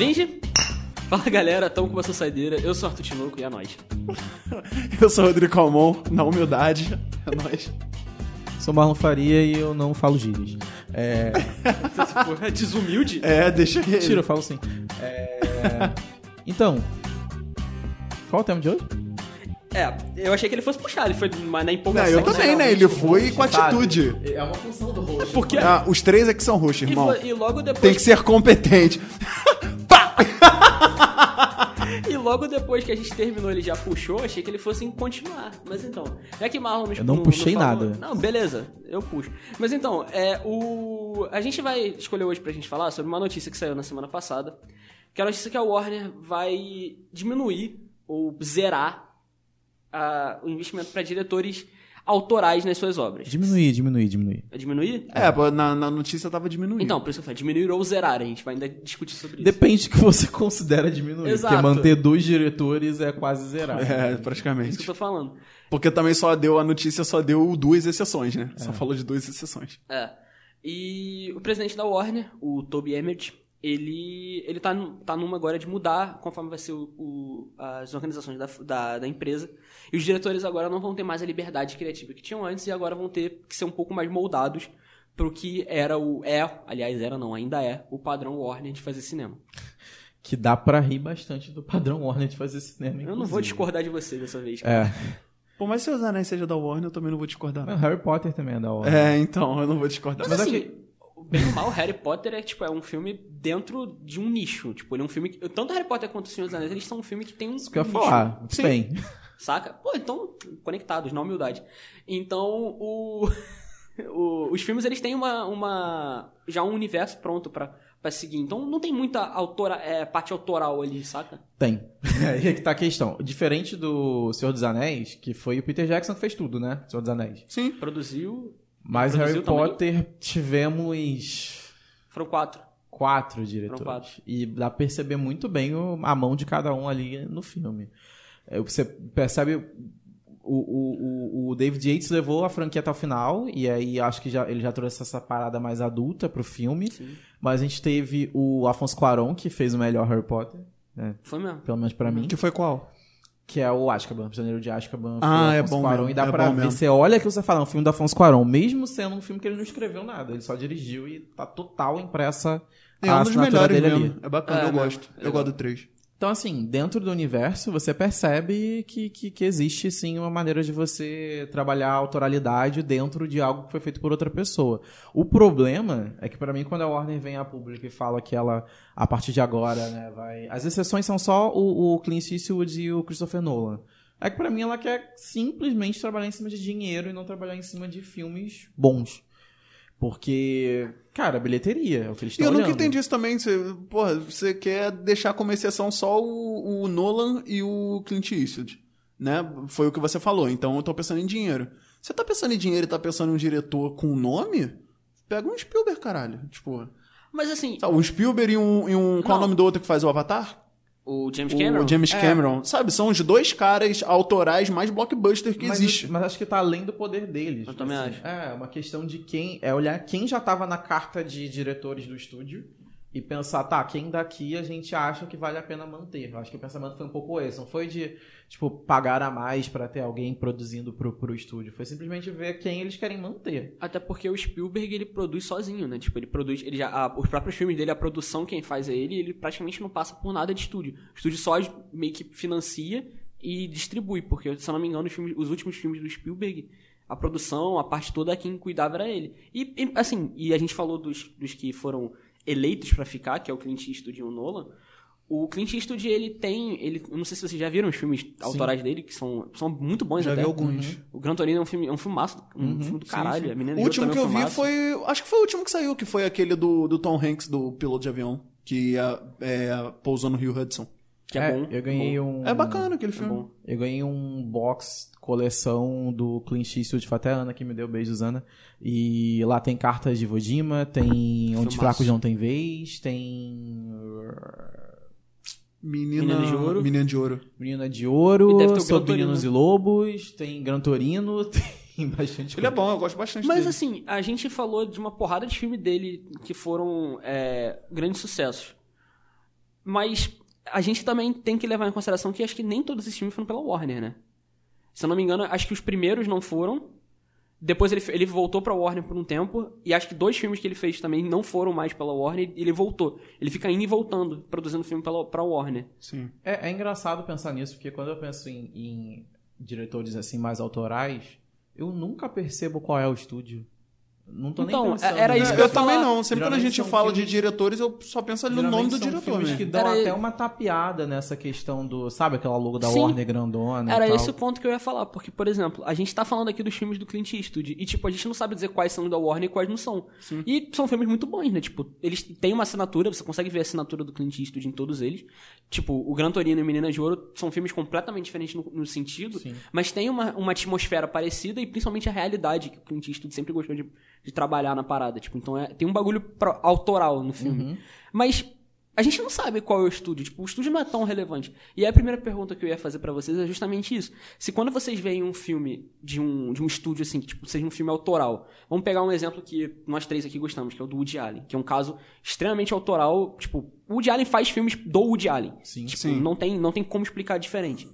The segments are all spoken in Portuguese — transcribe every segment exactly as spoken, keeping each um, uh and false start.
Brinde! Fala galera, tamo com essa saideira. Eu sou Arthur Tinoco e é nóis. Eu sou o Rodrigo Calmon, na humildade, é nóis. Sou Marlon Faria e eu não falo gírias. É... É desumilde? É, deixa ele. Mentira, eu falo sim. É... Então, qual é o tema de hoje? É, eu achei que ele fosse puxar, ele foi mas na Não, empolgação. eu também, né? Ele foi com Sabe? atitude. É uma função do host. Porque... Ah, os três é que são roxos, E, irmão. fo- e logo depois... Tem que ser competente. E logo depois que a gente terminou, ele já puxou, achei que ele fosse continuar. Mas então, já que Marlon nos Eu não puxei falou- nada. Não, beleza, eu puxo. Mas então, é, o... a gente vai escolher hoje pra gente falar sobre uma notícia que saiu na semana passada, que é a notícia que a Warner vai diminuir ou zerar a- o investimento pra diretores autorais nas suas obras. Diminuir, diminuir, diminuir. É diminuir? É, pô, na, na notícia tava diminuindo. Então, por isso que eu falei, diminuir ou zerar, a gente vai ainda discutir sobre isso. Depende do que você considera diminuir. Exato. Porque manter dois diretores é quase zerar. É, É isso que praticamente. eu tô falando. Porque também só deu, a notícia só deu duas exceções, né? Só falou de duas exceções. É. E o presidente da Warner, o Toby Emmerich, ele, ele tá, nu- tá numa agora de mudar conforme vai ser o, o- as organizações da, da, da empresa. E os diretores agora não vão ter mais a liberdade criativa que tinham antes e agora vão ter que ser um pouco mais moldados pro que era o... É, aliás, era não, ainda é o padrão Warner de fazer cinema. Que dá pra rir bastante do padrão Warner de fazer cinema. Eu não vou inclusive. discordar de você dessa vez, cara. É. Pô, mas se os anéis seja da Warner, eu também não vou discordar. Não, Harry Potter também é da Warner. É, então, eu não vou discordar. Mas, Mas assim, aqui- bem ou mal, Harry Potter é, tipo, é um filme dentro de um nicho. Tipo, ele é um filme que... Tanto Harry Potter quanto o Senhor dos Anéis, eles são um filme que tem um Isso que eu ia nicho. falar. Muito Sim. bem. Saca? Pô, então, conectados, na humildade. Então, o... o- os filmes, eles têm uma... uma já um universo pronto pra, pra seguir. Então, não tem muita autora, é, parte autoral ali, saca? Tem. Aí é que tá a questão. Diferente do Senhor dos Anéis, que foi o Peter Jackson que fez tudo, né? Senhor dos Anéis. Sim. Produziu... Mas Produziu Harry também? Potter tivemos Foram quatro. quatro diretores. Foram quatro. E dá pra perceber muito bem o- a mão de cada um ali no filme. É, Você percebe... O, o, o, o David Yates levou a franquia até o final, e aí acho que já, ele já trouxe essa parada mais adulta pro filme. Sim. Mas a gente teve o Alfonso Cuarón, que fez o melhor Harry Potter, né? Foi mesmo. Pelo menos pra mim. Que foi qual? Que é o Azkaban, Prisioneiro de Azkaban. Ah, foi o é Alfonso bom Cuarón, mesmo, E dá é pra bom ver, mesmo. você olha que você fala, é um filme do Afonso Cuarón, mesmo sendo um filme que ele não escreveu nada, ele só dirigiu e tá total impressa É a um dos assinatura melhores dele mesmo. ali. É bacana, É, eu mesmo. gosto. Eu Legal. gosto do três. Então, assim, dentro do universo, você percebe que, que, que existe, sim, uma maneira de você trabalhar a autoralidade dentro de algo que foi feito por outra pessoa. O problema é que, pra mim, quando a Warner vem a público e fala que ela, a partir de agora, né, vai... As exceções são só o, o Clint Eastwood e o Christopher Nolan. É que, pra mim, ela quer simplesmente trabalhar em cima de dinheiro e não trabalhar em cima de filmes bons. Porque, cara, bilheteria é o que eles E estão eu olhando. nunca entendi isso também. Você, porra, você quer deixar como exceção só o, o Nolan e o Clint Eastwood, né? Foi o que você falou. Então eu tô pensando em dinheiro. Você tá pensando em dinheiro e tá pensando em um diretor com nome? Pega um Spielberg, caralho. Tipo, Mas assim, sabe, um Spielberg e um... E um qual é o Não. nome do outro que faz o Avatar? o James Cameron... O James É. Cameron. Sabe, são os dois caras autorais mais blockbuster que Mas, existe. mas acho que tá além do poder deles. Eu também assim. acho. É, uma questão de quem... É olhar quem já tava na carta de diretores do estúdio e pensar, tá, quem daqui a gente acha que vale a pena manter. Eu acho que o pensamento foi um pouco esse. Não foi de, tipo, pagar a mais pra ter alguém produzindo pro, pro estúdio. Foi simplesmente ver quem eles querem manter. Até porque o Spielberg, ele produz sozinho, né? Tipo, ele produz... Ele já, a- os próprios filmes dele, a produção quem faz é ele, ele praticamente não passa por nada de estúdio. O estúdio só meio que financia e distribui, porque, se eu não me engano, os, filmes- os últimos filmes do Spielberg, a produção, a parte toda, quem cuidava era ele. E, e, assim, e a gente falou dos, dos que foram eleitos pra ficar, que é o Clint Eastwood e o Nolan. O Clint Eastwood, ele tem... Ele, eu não sei se vocês já viram os filmes autorais dele, que são, são muito bons Já até. vi alguns. O Gran Torino é um filme, é um filmaço, um filme do caralho. A Menina O de Ouro último também que é eu um vi filmaço. foi... Acho que foi o último que saiu, que foi aquele do, do Tom Hanks, do piloto de avião, que é, é, pousou no Rio Hudson. Que é, bom. Eu ganhei bom. um... É bacana aquele É filme. bom. Eu ganhei um box coleção do Clint Eastwood, foi até a Ana que me deu, beijos, Ana. E lá tem cartas de Iwo Jima, tem Onde Filmaço. Fracos Não Tem Vez, tem Menina, Menina de Ouro. Menina de Ouro. Menina de E Ouro, deve ter o Gran Sob Torino, Meninos né? e Lobos, tem Gran Torino, tem bastante Ele é coisa. bom, eu gosto bastante Mas dele. assim, a gente falou de uma porrada de filme dele que foram é, grandes sucessos. Mas a gente também tem que levar em consideração que acho que nem todos esses filmes foram pela Warner, né? Se eu não me engano, acho que os primeiros não foram. Depois ele, ele voltou pra Warner por um tempo. E acho que dois filmes que ele fez também não foram mais pela Warner. E ele voltou. Ele fica indo e voltando, produzindo filme pela, pra Warner. Sim. É, é engraçado pensar nisso, porque quando eu penso em, em diretores assim mais autorais, eu nunca percebo qual é o estúdio. Não tô Então, nem pensando. era isso né? que eu Eu ia falar. também não. Sempre quando a Geralmente gente são fala de filmes- diretores, eu só penso ali no nome do Geralmente são diretor, filmes né? que dão Era até e- uma tapeada nessa questão do... Sabe aquela logo da Sim. Warner grandona e Era tal? esse o ponto que eu ia falar. Porque, por exemplo, a gente tá falando aqui dos filmes do Clint Eastwood. E, tipo, a gente não sabe dizer quais são da Warner e quais não são. Sim. E são filmes muito bons, né? Tipo, eles têm uma assinatura. Você consegue ver a assinatura do Clint Eastwood em todos eles. Tipo, o Gran Torino e Menina de Ouro são filmes completamente diferentes no, no sentido. Sim. Mas tem uma, uma atmosfera parecida e principalmente a realidade que o Clint Eastwood sempre gostou de, de trabalhar na parada. Tipo, então é, tem um bagulho pro- autoral no filme. Uhum. Mas a gente não sabe qual é o estúdio. Tipo, o estúdio não é tão relevante. E aí a primeira pergunta que eu ia fazer pra vocês é justamente isso. Se quando vocês veem um filme de um, de um estúdio assim, que tipo, seja um filme autoral, vamos pegar um exemplo que nós três aqui gostamos, que é o do Woody Allen, que é um caso extremamente autoral. Tipo, o Woody Allen faz filmes do Woody Allen. Sim. Tipo, Sim. Não, tem, não tem como explicar diferente.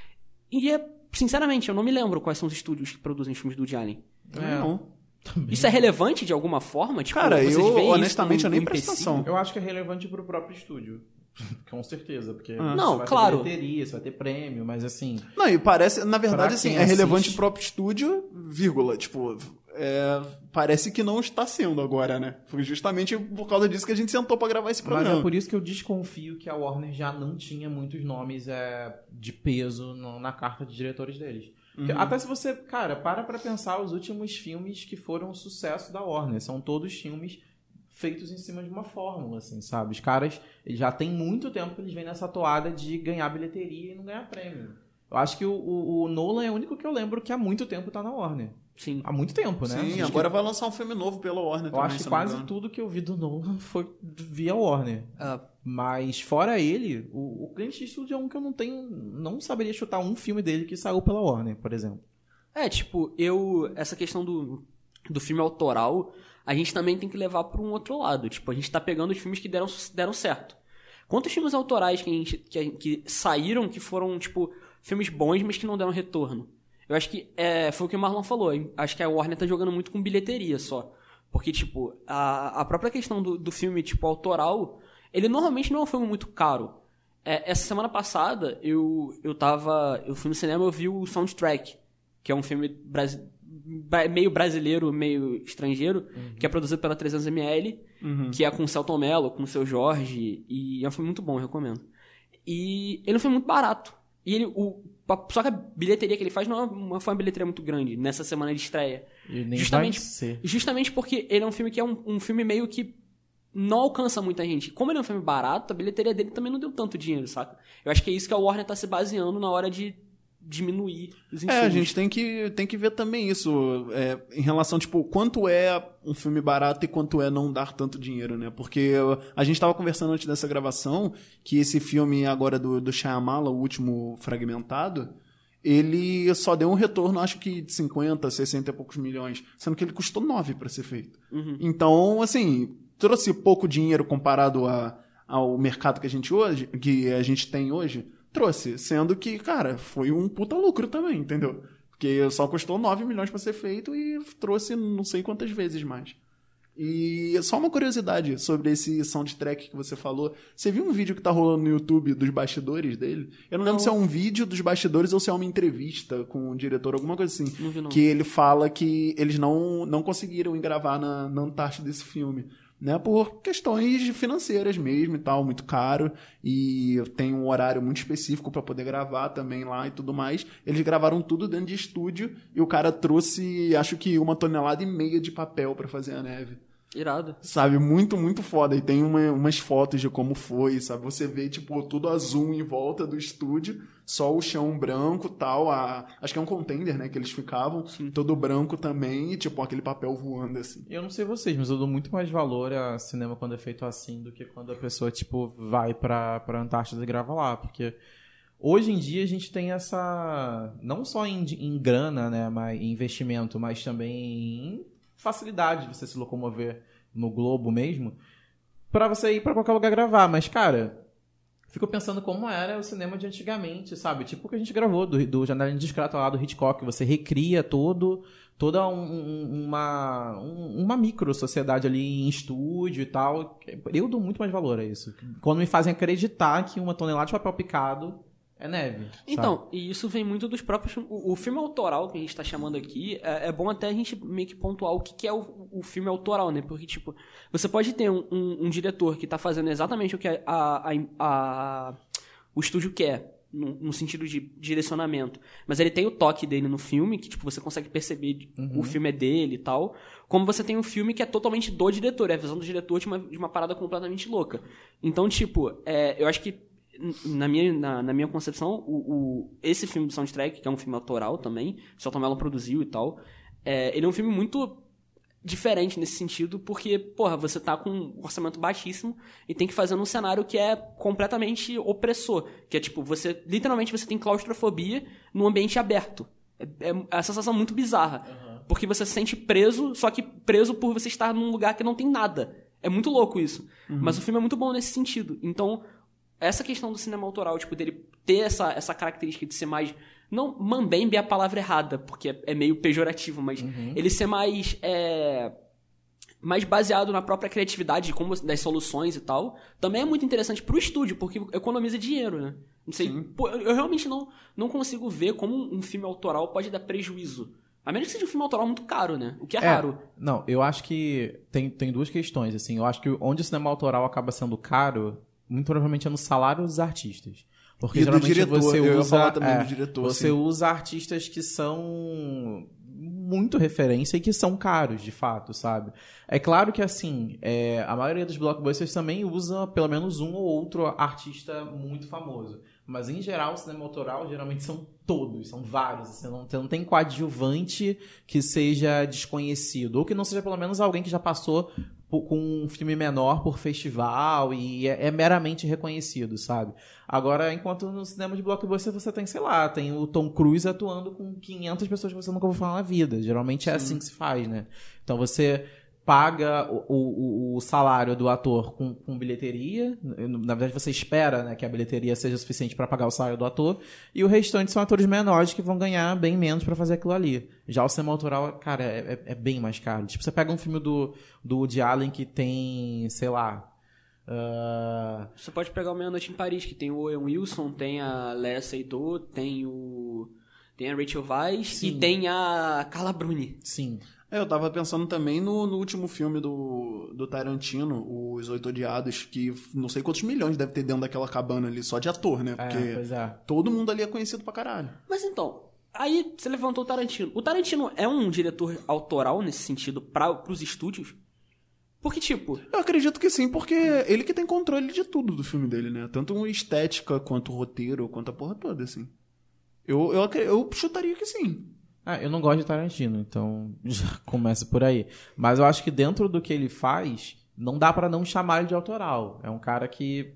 E, é, sinceramente, eu não me lembro quais são os estúdios que produzem filmes do Woody Allen. Também não. Isso é relevante de alguma forma? Tipo, Cara, vocês eu, veem isso honestamente, como eu nem um presto empecilho? atenção. Eu acho que é relevante pro próprio estúdio. Com certeza, porque Ah. você Não, vai claro. ter bilheteria, você vai ter prêmio, mas assim... Não, e parece, na verdade, Pra assim, quem é relevante assiste- pro próprio estúdio, vírgula. Tipo, é, parece que não está sendo agora, né? Foi justamente por causa disso que a gente sentou pra gravar esse Mas programa. é por isso que eu desconfio que a Warner já não tinha muitos nomes é, de peso no- na carta de diretores deles. Porque Uhum. até se você, cara, para pra pensar os últimos filmes que foram um sucesso da Warner. São todos filmes feitos em cima de uma fórmula, assim, sabe? Os caras eles já tem muito tempo que eles vêm nessa toada de ganhar bilheteria e não ganhar prêmio. Eu acho que o, o, o Nolan é o único que eu lembro que há muito tempo tá na Warner. Sim. Há muito tempo, né? Sim, Acho agora vai lançar um filme novo pela Warner Eu também, acho que se eu não me quase engano. tudo que eu vi do Nolan foi via Warner. Ah, Mas fora ele, o, o Clint Eastwood é um que eu não tenho... Não saberia chutar um filme dele que saiu pela Warner, por exemplo. É, tipo, eu... Essa questão do, do filme autoral, a gente também tem que levar para um outro lado. Tipo, a gente tá pegando os filmes que deram, deram certo. Quantos filmes autorais que, a gente, que, que saíram que foram, tipo, filmes bons, mas que não deram retorno? Eu acho que é, foi o que o Marlon falou. Hein? Acho que a Warner tá jogando muito com bilheteria só. Porque, tipo, a, a própria questão do, do filme, tipo, autoral, ele normalmente não é um filme muito caro. É, essa semana passada, eu, eu tava... Eu fui no cinema e eu vi o Soundtrack, que é um filme brasi- meio brasileiro, meio estrangeiro, Uhum. que é produzido pela trezentos mililitros, Uhum. que é com o Celton Mello, com o Seu Jorge, e é um filme muito bom, eu recomendo. E ele é um filme muito barato. E ele, o, só que a bilheteria que ele faz não é uma, foi uma bilheteria muito grande nessa semana de estreia. E nem Justamente- vai ser. Justamente porque ele é um filme que é um, um filme meio que não alcança muita gente. Como ele é um filme barato, a bilheteria dele também não deu tanto dinheiro, saca? Eu acho que é isso que a Warner tá se baseando na hora de diminuir os insumos. É, a gente tem que, tem que ver também isso, é, em relação, tipo, quanto é um filme barato e quanto é não dar tanto dinheiro, né? Porque a gente tava conversando antes dessa gravação que esse filme agora do, do Shyamalan, o último Fragmentado, ele só deu um retorno, acho que de cinquenta, sessenta e poucos milhões, sendo que ele custou nove para ser feito. Uhum. Então, assim, trouxe pouco dinheiro comparado a, ao mercado que a gente hoje, que a gente tem hoje, trouxe, sendo que, cara, foi um puta lucro também, entendeu? Porque só custou nove milhões para ser feito e trouxe não sei quantas vezes mais. E só uma curiosidade sobre esse soundtrack que você falou. Você viu um vídeo que tá rolando no YouTube dos bastidores dele? Eu não, Não. lembro se é um vídeo dos bastidores ou se é uma entrevista com o diretor, alguma coisa assim. Não vi, não. Que ele fala que eles não, não conseguiram gravar na, na Antártida desse filme. Né, por questões financeiras mesmo e tal, muito caro, e tem um horário muito específico para poder gravar também lá e tudo mais. Eles gravaram tudo dentro de estúdio e o cara trouxe, acho que uma tonelada e meia de papel para fazer a neve. Irado. Sabe, muito, muito foda. E tem uma- umas fotos de como foi, sabe? Você vê, tipo, tudo azul em volta do estúdio, só o chão branco e tal. A, acho que é um contender, né, que eles ficavam. Sim. Todo branco também e, tipo, aquele papel voando, assim. Eu não sei vocês, mas eu dou muito mais valor a cinema quando é feito assim do que quando a pessoa, tipo, vai pra, pra Antártida e grava lá. Porque hoje em dia a gente tem essa... Não só em, em grana, né, mas, em investimento, mas também em facilidade de você se locomover no globo mesmo, pra você ir pra qualquer lugar gravar. Mas, cara, fico pensando como era o cinema de antigamente, sabe? Tipo o que a gente gravou do, do Janela Indiscreta lá do Hitchcock. Você recria todo, toda um, um, uma, um, uma micro-sociedade ali em estúdio e tal. Eu dou muito mais valor a isso. Quando me fazem acreditar que uma tonelada de papel picado é neve. Então, sabe? e isso vem muito dos próprios... O, o filme autoral que a gente tá chamando aqui, é, é bom até a gente meio que pontuar o que, que é o, o filme autoral, né? Porque, tipo, você pode ter um, um, um diretor que tá fazendo exatamente o que a, a, a, a, o estúdio quer, no, no sentido de direcionamento. Mas ele tem o toque dele no filme, que, tipo, você consegue perceber uhum. o filme é dele e tal. Como você tem um filme que é totalmente do diretor, é a visão do diretor de uma, de uma parada completamente louca. Então, tipo, é, eu acho que Na minha, na, na minha concepção, o, o, esse filme do Soundtrack, que é um filme autoral também, o Celton Mello produziu e tal, é, ele é um filme muito diferente nesse sentido, porque, porra, você tá com um orçamento baixíssimo e tem que fazer num cenário que é completamente opressor, que é tipo, você, literalmente você tem claustrofobia num ambiente aberto. É, é uma sensação muito bizarra, uhum. porque você se sente preso, só que preso por você estar num lugar que não tem nada. É muito louco isso. Uhum. Mas o filme é muito bom nesse sentido. Então, essa questão do cinema autoral, tipo, dele ter essa, essa característica de ser mais... Não, mambembe é a palavra errada, porque é, é meio pejorativo, mas uhum. ele ser mais... É, mais baseado na própria criatividade de como, das soluções e tal, também é muito interessante pro estúdio, porque economiza dinheiro, né? Não sei, pô, eu realmente não, não consigo ver como um filme autoral pode dar prejuízo. A menos que seja um filme autoral muito caro, né? O que é, é raro. Não, eu acho que tem, tem duas questões, assim. Eu acho que onde o cinema autoral acaba sendo caro... muito provavelmente é no salário dos artistas. Porque e geralmente do diretor, você eu usa, ia falar também é, do diretor. Você sim. usa artistas que são muito referência e que são caros, de fato, sabe? É claro que, assim, é, a maioria dos blockbusters também usa pelo menos um ou outro artista muito famoso. Mas, em geral, o cinema autoral geralmente são todos, são vários. Você não, você não tem coadjuvante que seja desconhecido. Ou que não seja, pelo menos, alguém que já passou por, com um filme menor por festival e é, é meramente reconhecido, sabe? Agora, enquanto no cinema de blockbuster você tem, sei lá, tem o Tom Cruise atuando com quinhentas pessoas que você nunca ouviu falar na vida. Geralmente é Sim. assim que se faz, né? Então, você... paga o, o, o salário do ator com, com bilheteria. Na verdade, você espera, né, que a bilheteria seja suficiente para pagar o salário do ator. E o restante são atores menores que vão ganhar bem menos para fazer aquilo ali. Já o cinema autoral, cara, é, é bem mais caro. Tipo, você pega um filme do, do Woody Allen que tem, sei lá... Uh... Você pode pegar o Meia Noite em Paris, que tem o Owen Wilson, tem a Léa Seydoux, tem o... tem a Rachel Weisz Sim. e tem a Carla Bruni. Sim. É, eu tava pensando também no, no último filme do, do Tarantino, Os Oito Odiados, que não sei quantos milhões deve ter dentro daquela cabana ali, só de ator, né? Porque é, pois é. todo mundo ali é conhecido pra caralho. Mas então, aí você levantou o Tarantino. O Tarantino é um diretor autoral nesse sentido para pros estúdios? Porque, tipo... Eu acredito que sim, porque ele que tem controle de tudo do filme dele, né? Tanto estética, quanto roteiro, quanto a porra toda, assim. Eu, eu, eu chutaria que sim. Ah, eu não gosto de Tarantino, então já começa por aí. Mas eu acho que dentro do que ele faz, não dá pra não chamar ele de autoral. É um cara que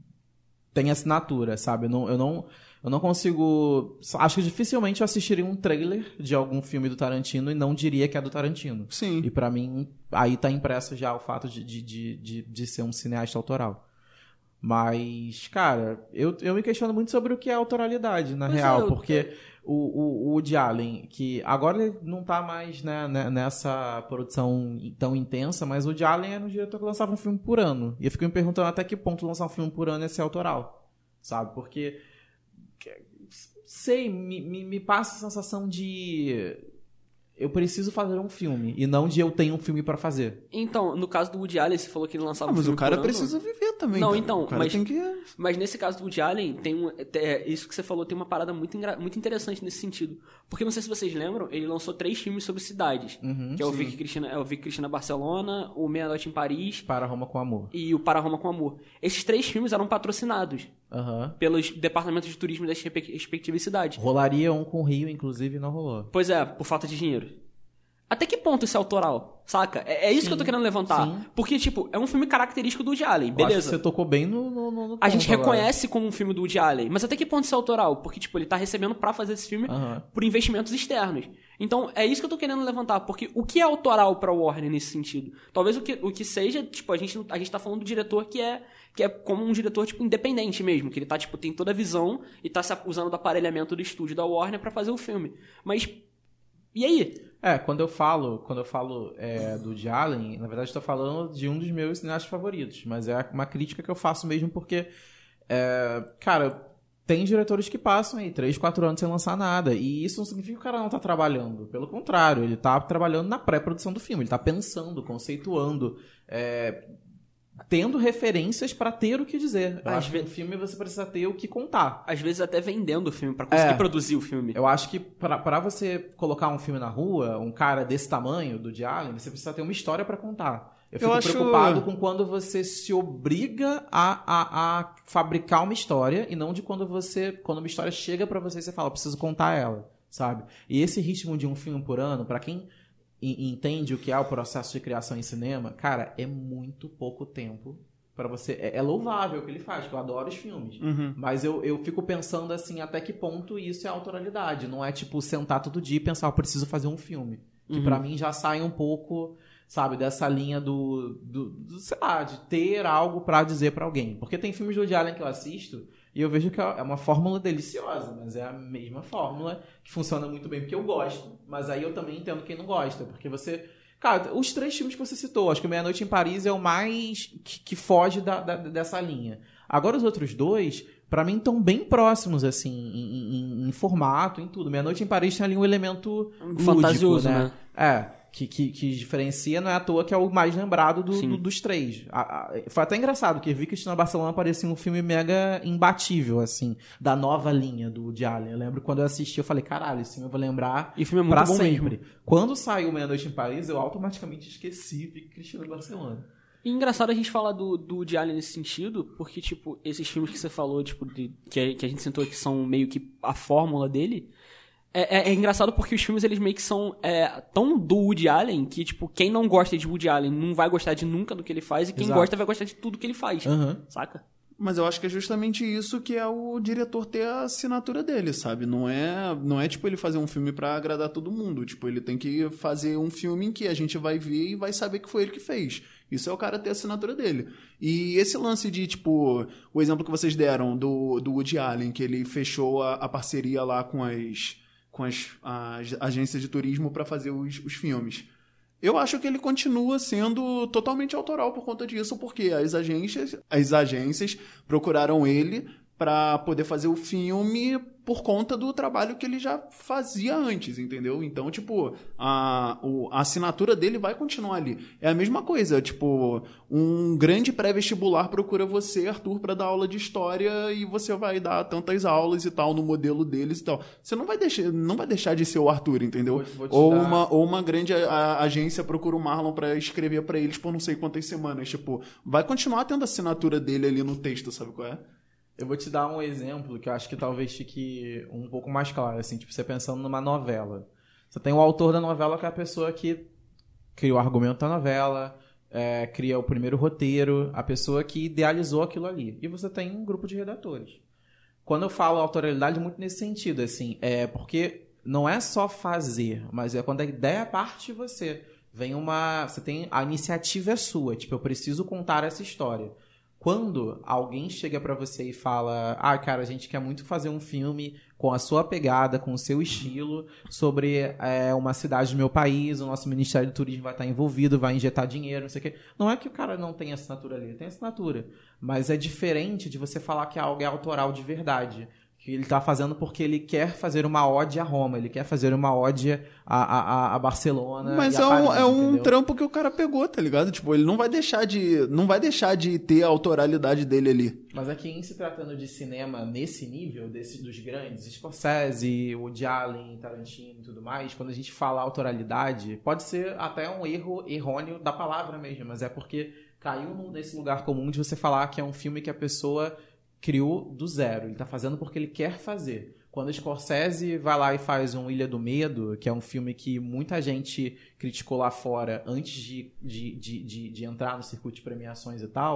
tem assinatura, sabe? Eu não, eu não, eu não consigo... Acho que dificilmente eu assistiria um trailer de algum filme do Tarantino e não diria que é do Tarantino. Sim. E pra mim, aí tá impresso já o fato de, de, de, de, de ser um cineasta autoral. Mas, cara, eu, eu me questiono muito sobre o que é autoralidade, na Mas real, eu... porque... O, o, o Woody Allen, que agora ele não tá mais, né, nessa produção tão intensa, mas o Woody Allen era um diretor que lançava um filme por ano. E eu fico me perguntando até que ponto lançar um filme por ano é ser autoral, sabe? Porque, sei, me, me, me passa a sensação de... eu preciso fazer um filme, e não de eu tenho um filme pra fazer. Então, no caso do Woody Allen, você falou que ele lançava ah, um filme mas o cara por ano. precisa viver também. Não, cara. então, o cara mas, tem que... mas nesse caso do Woody Allen, tem um, é, isso que você falou tem uma parada muito, engra... muito interessante nesse sentido. Porque, não sei se vocês lembram, ele lançou três filmes sobre cidades. Uhum, que é o, Vicky Cristina, é o Vicky Cristina Barcelona, o Meia Noite em Paris... Para Roma com Amor. E o Para Roma com Amor. Esses três filmes eram patrocinados. Uhum. Pelos departamentos de turismo das respectivas cidades. Rolaria um com o Rio, inclusive, e não rolou. Pois é, por falta de dinheiro. Até que ponto isso é autoral, saca? É, é isso sim, que eu tô querendo levantar. Sim. Porque, tipo, é um filme característico do Woody Allen, beleza? Eu acho que você tocou bem no, no, no A gente agora. reconhece como um filme do Woody Allen, mas até que ponto isso é autoral? Porque, tipo, ele tá recebendo pra fazer esse filme uhum. por investimentos externos. Então, é isso que eu tô querendo levantar, porque o que é autoral pra Warner nesse sentido? Talvez o que, o que seja, tipo, a gente, a gente tá falando do diretor que é, que é como um diretor, tipo, independente mesmo, que ele tá, tipo, tem toda a visão e tá se usando do aparelhamento do estúdio da Warner pra fazer o filme. Mas, e aí? É, quando eu falo, quando eu falo é, do Woody Allen, na verdade estou falando de um dos meus cineastas favoritos, mas é uma crítica que eu faço mesmo porque, é, cara, tem diretores que passam aí três, quatro anos sem lançar nada, e isso não significa que o cara não tá trabalhando, pelo contrário, ele tá trabalhando na pré-produção do filme, ele tá pensando, conceituando, é, tendo referências pra ter o que dizer. Eu Às acho ve- que no filme você precisa ter o que contar. Às vezes até vendendo o filme, pra conseguir É. produzir o filme. Eu acho que pra, pra você colocar um filme na rua, um cara desse tamanho, do Woody Allen, você precisa ter uma história pra contar. Eu fico Eu acho- preocupado com quando você se obriga a, a, a fabricar uma história e não de quando você, quando uma história chega pra você e você fala, eu preciso contar ela, sabe? E esse ritmo de um filme por ano, pra quem e- entende o que é o processo de criação em cinema, cara, é muito pouco tempo pra você. É, é louvável o que ele faz, que eu adoro os filmes. Uhum. Mas eu, eu fico pensando assim, até que ponto isso é autoralidade. Não é tipo sentar todo dia e pensar, eu preciso fazer um filme. Que Uhum. pra mim já sai um pouco, sabe, dessa linha do, do, do, sei lá, de ter algo pra dizer pra alguém. Porque tem filmes do Woody Allen que eu assisto e eu vejo que é uma fórmula deliciosa, mas é a mesma fórmula que funciona muito bem porque eu gosto. Mas aí eu também entendo quem não gosta, porque você... Cara, os três filmes que você citou, acho que Meia-Noite em Paris é o mais que, que foge da, da- dessa linha. Agora os outros dois, pra mim, estão bem próximos, assim, em, em- em formato, em tudo. Meia-Noite em Paris tem ali um elemento lúdico, Fantasioso, né? né? É, que, que, que diferencia, não é à toa que é o mais lembrado do- Sim. do- dos três. A- a- foi até engraçado, que Vi Cristina Barcelona parecia um filme mega imbatível, assim, da nova linha do Woody Allen. Eu lembro quando eu assisti, eu falei, caralho, esse filme eu vou lembrar E o filme é muito pra bom sempre. mesmo. Quando saiu Meia-Noite em Paris, eu automaticamente esqueci Vi Cristina Barcelona. E engraçado a gente falar do, do Woody Allen nesse sentido, porque, tipo, esses filmes que você falou, tipo, de, que, a, que a gente sentou que são meio que a fórmula dele, é, é- é engraçado porque os filmes, eles meio que são é, tão do Woody Allen que, tipo, quem não gosta de Woody Allen não vai gostar de nunca do que ele faz, e quem Exato. gosta vai gostar de tudo que ele faz, Aham. saca? Mas eu acho que é justamente isso que é o diretor ter a assinatura dele, sabe? Não é, não é tipo ele fazer um filme pra agradar todo mundo. Tipo, ele tem que fazer um filme em que a gente vai ver e vai saber que foi ele que fez. Isso é o cara ter a assinatura dele. E esse lance de, tipo, o exemplo que vocês deram do, do Woody Allen, que ele fechou a, a parceria lá com as, com as, as agências de turismo pra fazer os, os filmes. Eu acho que ele continua sendo totalmente autoral por conta disso, porque as agências, as agências procuraram ele para poder fazer o filme por conta do trabalho que ele já fazia antes, entendeu? Então, tipo, a, o- a assinatura dele vai continuar ali. É a mesma coisa, tipo, um grande pré-vestibular procura você, Arthur, para dar aula de história e você vai dar tantas aulas e tal no modelo deles e tal. Você não vai deixar, não vai deixar de ser o Arthur, entendeu? Vou- vou te Ou dar- uma ou uma grande a- a- agência procura o Marlon pra escrever pra eles por não sei quantas semanas. Tipo, vai continuar tendo a assinatura dele ali no texto, sabe qual é? Eu vou te dar um exemplo que eu acho que talvez fique um pouco mais claro, assim, tipo, você pensando numa novela. Você tem o autor da novela, que é a pessoa que cria o argumento da novela, é, cria o primeiro roteiro, a pessoa que idealizou aquilo ali. E você tem um grupo de redatores. Quando eu falo autoralidade, muito nesse sentido, assim, é porque não é só fazer, mas é quando a ideia parte de você. Vem uma... Você tem... A iniciativa é sua. Tipo, eu preciso contar essa história. Quando alguém chega pra você e fala, ah, cara, a gente quer muito fazer um filme com a sua pegada, com o seu estilo, sobre é, uma cidade do meu país, o nosso Ministério do Turismo vai estar envolvido, vai injetar dinheiro, não sei o quê. Não é que o cara não tem assinatura ali, ele tem assinatura. Mas é diferente de você falar que algo é autoral de verdade. Que ele tá fazendo porque ele quer fazer uma ode a Roma, ele quer fazer uma ode a, a, a Barcelona. Mas e a é um, Paris, é um entendeu? trampo que o cara pegou, tá ligado? Tipo, ele não vai deixar de, não vai deixar de ter a autoralidade dele ali. Mas aqui, em se tratando de cinema nesse nível, desse, dos grandes, Scorsese, Woody Allen, Tarantino e tudo mais, quando a gente fala autoralidade, pode ser até um erro errôneo da palavra mesmo, mas é porque caiu num- nesse lugar comum de você falar que é um filme que a pessoa criou do zero. Ele tá fazendo porque ele quer fazer. Quando o Scorsese vai lá e faz um Ilha do Medo, que é um filme que muita gente criticou lá fora antes de, de, de, de, de entrar no circuito de premiações e tal, o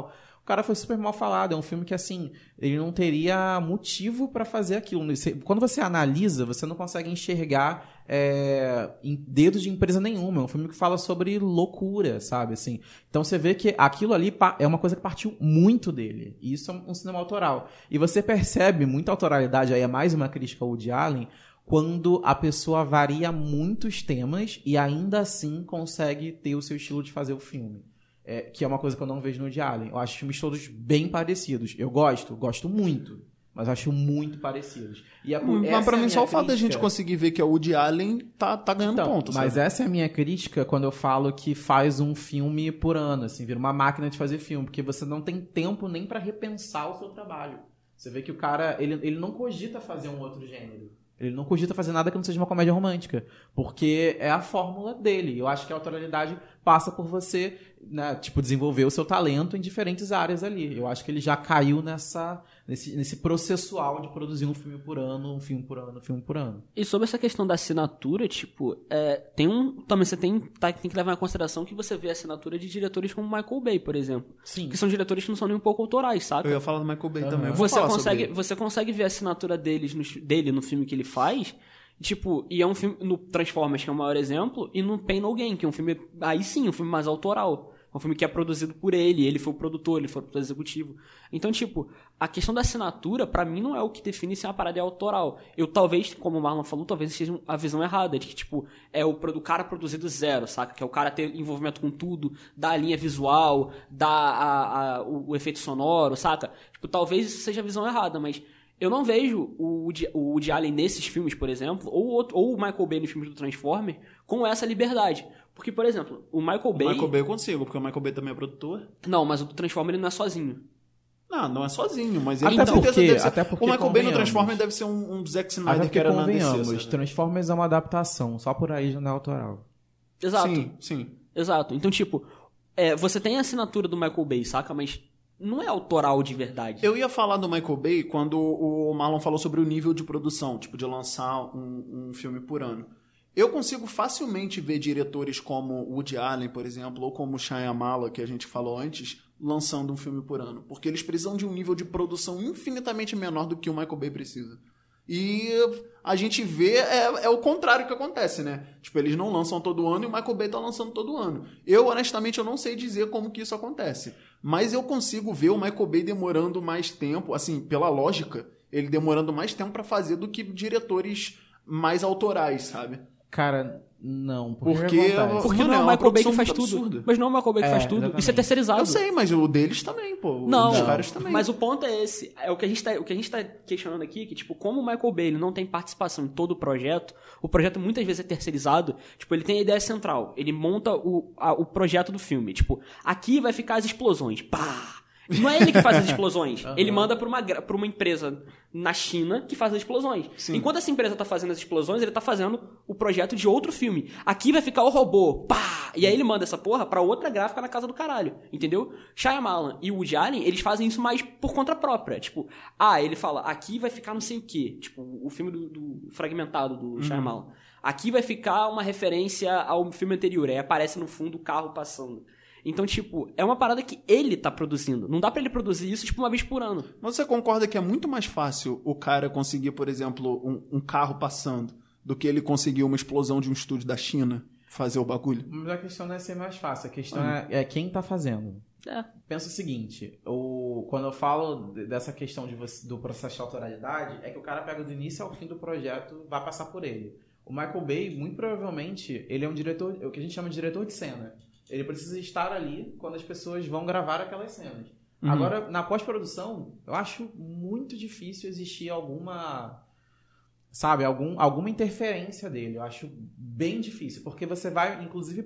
cara foi super mal falado. É um filme que, assim, ele não teria motivo pra fazer aquilo. Quando você analisa, você não consegue enxergar é, em dedos de empresa nenhuma. É um filme que fala sobre loucura, sabe? Assim, então você vê que aquilo ali é uma coisa que partiu muito dele. E isso é um cinema autoral. E você percebe muita autoralidade, aí é mais uma crítica ao Woody Allen, quando a pessoa varia muitos temas e ainda assim consegue ter o seu estilo de fazer o filme. É, que é uma coisa que eu não vejo no Woody Allen. Eu acho os filmes todos bem parecidos. Eu gosto, gosto muito, mas acho muito parecidos. E a, hum, mas pra mim, só o fato da gente conseguir ver que é o Woody Allen tá, tá ganhando então, pontos. Mas essa é a minha crítica quando eu falo que faz um filme por ano, assim, vira uma máquina de fazer filme, porque você não tem tempo nem pra repensar o seu trabalho. Você vê que o cara, ele, ele não cogita fazer um outro gênero. Ele não cogita fazer nada que não seja uma comédia romântica. Porque é a fórmula dele. Eu acho que a autoralidade passa por você, né, tipo, desenvolver o seu talento em diferentes áreas ali. Eu acho que ele já caiu nessa, nesse, nesse processual de produzir um filme por ano, um filme por ano, um filme por ano. E sobre essa questão da assinatura, tipo, é, tem um. Também você tem, tá, tem que levar em consideração que você vê a assinatura de diretores como Michael Bay, por exemplo. Sim. Que são diretores que não são nem um pouco autorais, saca? Eu ia falar do Michael Bay uhum. também. Você consegue, você consegue ver a assinatura deles no, dele no filme que ele faz. Tipo, e é um filme no Transformers, que é o maior exemplo, e no Pain No Gain, que é um filme, aí sim, um filme mais autoral. Um filme que é produzido por ele, ele foi o produtor, ele foi o produtor executivo. Então, tipo, a questão da assinatura, pra mim, não é o que define se uma parada é autoral. Eu, talvez, como o Marlon falou, talvez seja a visão errada, de que, tipo, é o, o cara produzido zero, saca? Que é o cara ter envolvimento com tudo, dar a linha visual, dar a, a, o, o efeito sonoro, saca? Tipo, talvez isso seja a visão errada, mas eu não vejo o Woody, o Woody Allen nesses filmes, por exemplo, ou, outro, ou o Michael Bay nos filmes do Transformer, com essa liberdade. Porque, por exemplo, o Michael Bay... O Michael Bay eu consigo, porque o Michael Bay também é produtor. Não, mas o do Transformer ele não é sozinho. Não, não é sozinho, mas ele até com porque, certeza deve ser... Até porque, o Michael Bay no Transformer deve ser um, um Zack Snyder que era na D C. Transformers é uma adaptação, só por aí já não é autoral. Exato. Sim, sim. Exato. Então, tipo, é, você tem a assinatura do Michael Bay, saca? Mas não é autoral de verdade. Eu ia falar do Michael Bay quando o Marlon falou sobre o nível de produção, tipo, de lançar um, um filme por ano. Eu consigo facilmente ver diretores como Woody Allen, por exemplo, ou como Shyamalan, que a gente falou antes, lançando um filme por ano. Porque eles precisam de um nível de produção infinitamente menor do que o Michael Bay precisa. E a gente vê, é, é o contrário que acontece, né? Tipo, eles não lançam todo ano e o Michael Bay tá lançando todo ano. Eu, honestamente, eu não sei dizer como que isso acontece. Mas eu consigo ver o Michael Bay demorando mais tempo, assim, pela lógica, ele demorando mais tempo pra fazer do que diretores mais autorais, sabe? Cara, não. Porque, porque não é o Michael Bay que faz tudo. Absurda. Mas não é o Michael Bay que é, faz tudo. Exatamente. Isso é terceirizado. Eu sei, mas o deles também, pô. Não, os caras também. Mas o ponto é esse. É o que a gente tá, o que a gente tá questionando aqui, que, tipo, como o Michael Bay ele não tem participação em todo o projeto, o projeto muitas vezes é terceirizado, tipo, ele tem a ideia central. Ele monta o, a, o projeto do filme. Tipo, aqui vai ficar as explosões. Pá! Não é ele que faz as explosões. Uhum. Ele manda pra uma, pra uma empresa na China que faz as explosões. Sim. Enquanto essa empresa tá fazendo as explosões, ele tá fazendo o projeto de outro filme. Aqui vai ficar o robô. Pá! E aí ele manda essa porra pra outra gráfica na casa do caralho. Entendeu? Shyamalan e o Woody Allen, eles fazem isso mais por conta própria. Tipo, ah, ele fala, aqui vai ficar não sei o quê. Tipo, o filme do, do fragmentado do uhum. Shyamalan. Aqui vai ficar uma referência ao filme anterior. Aí aparece no fundo o carro passando. Então, tipo, é uma parada que ele tá produzindo. Não dá pra ele produzir isso, tipo, uma vez por ano. Mas você concorda que é muito mais fácil o cara conseguir, por exemplo, um, um carro passando do que ele conseguir uma explosão de um estúdio da China fazer o bagulho? Mas a questão não é ser mais fácil. A questão uhum. é, é quem tá fazendo. É. Pensa o seguinte, o, quando eu falo dessa questão de você, do processo de autoralidade, é que o cara pega do início ao fim do projeto, vai passar por ele. O Michael Bay, muito provavelmente, ele é um diretor, o que a gente chama de diretor de cena. Ele precisa estar ali quando as pessoas vão gravar aquelas cenas. Uhum. Agora, na pós-produção, eu acho muito difícil existir alguma, sabe, algum, alguma interferência dele. Eu acho bem difícil, porque você vai, inclusive,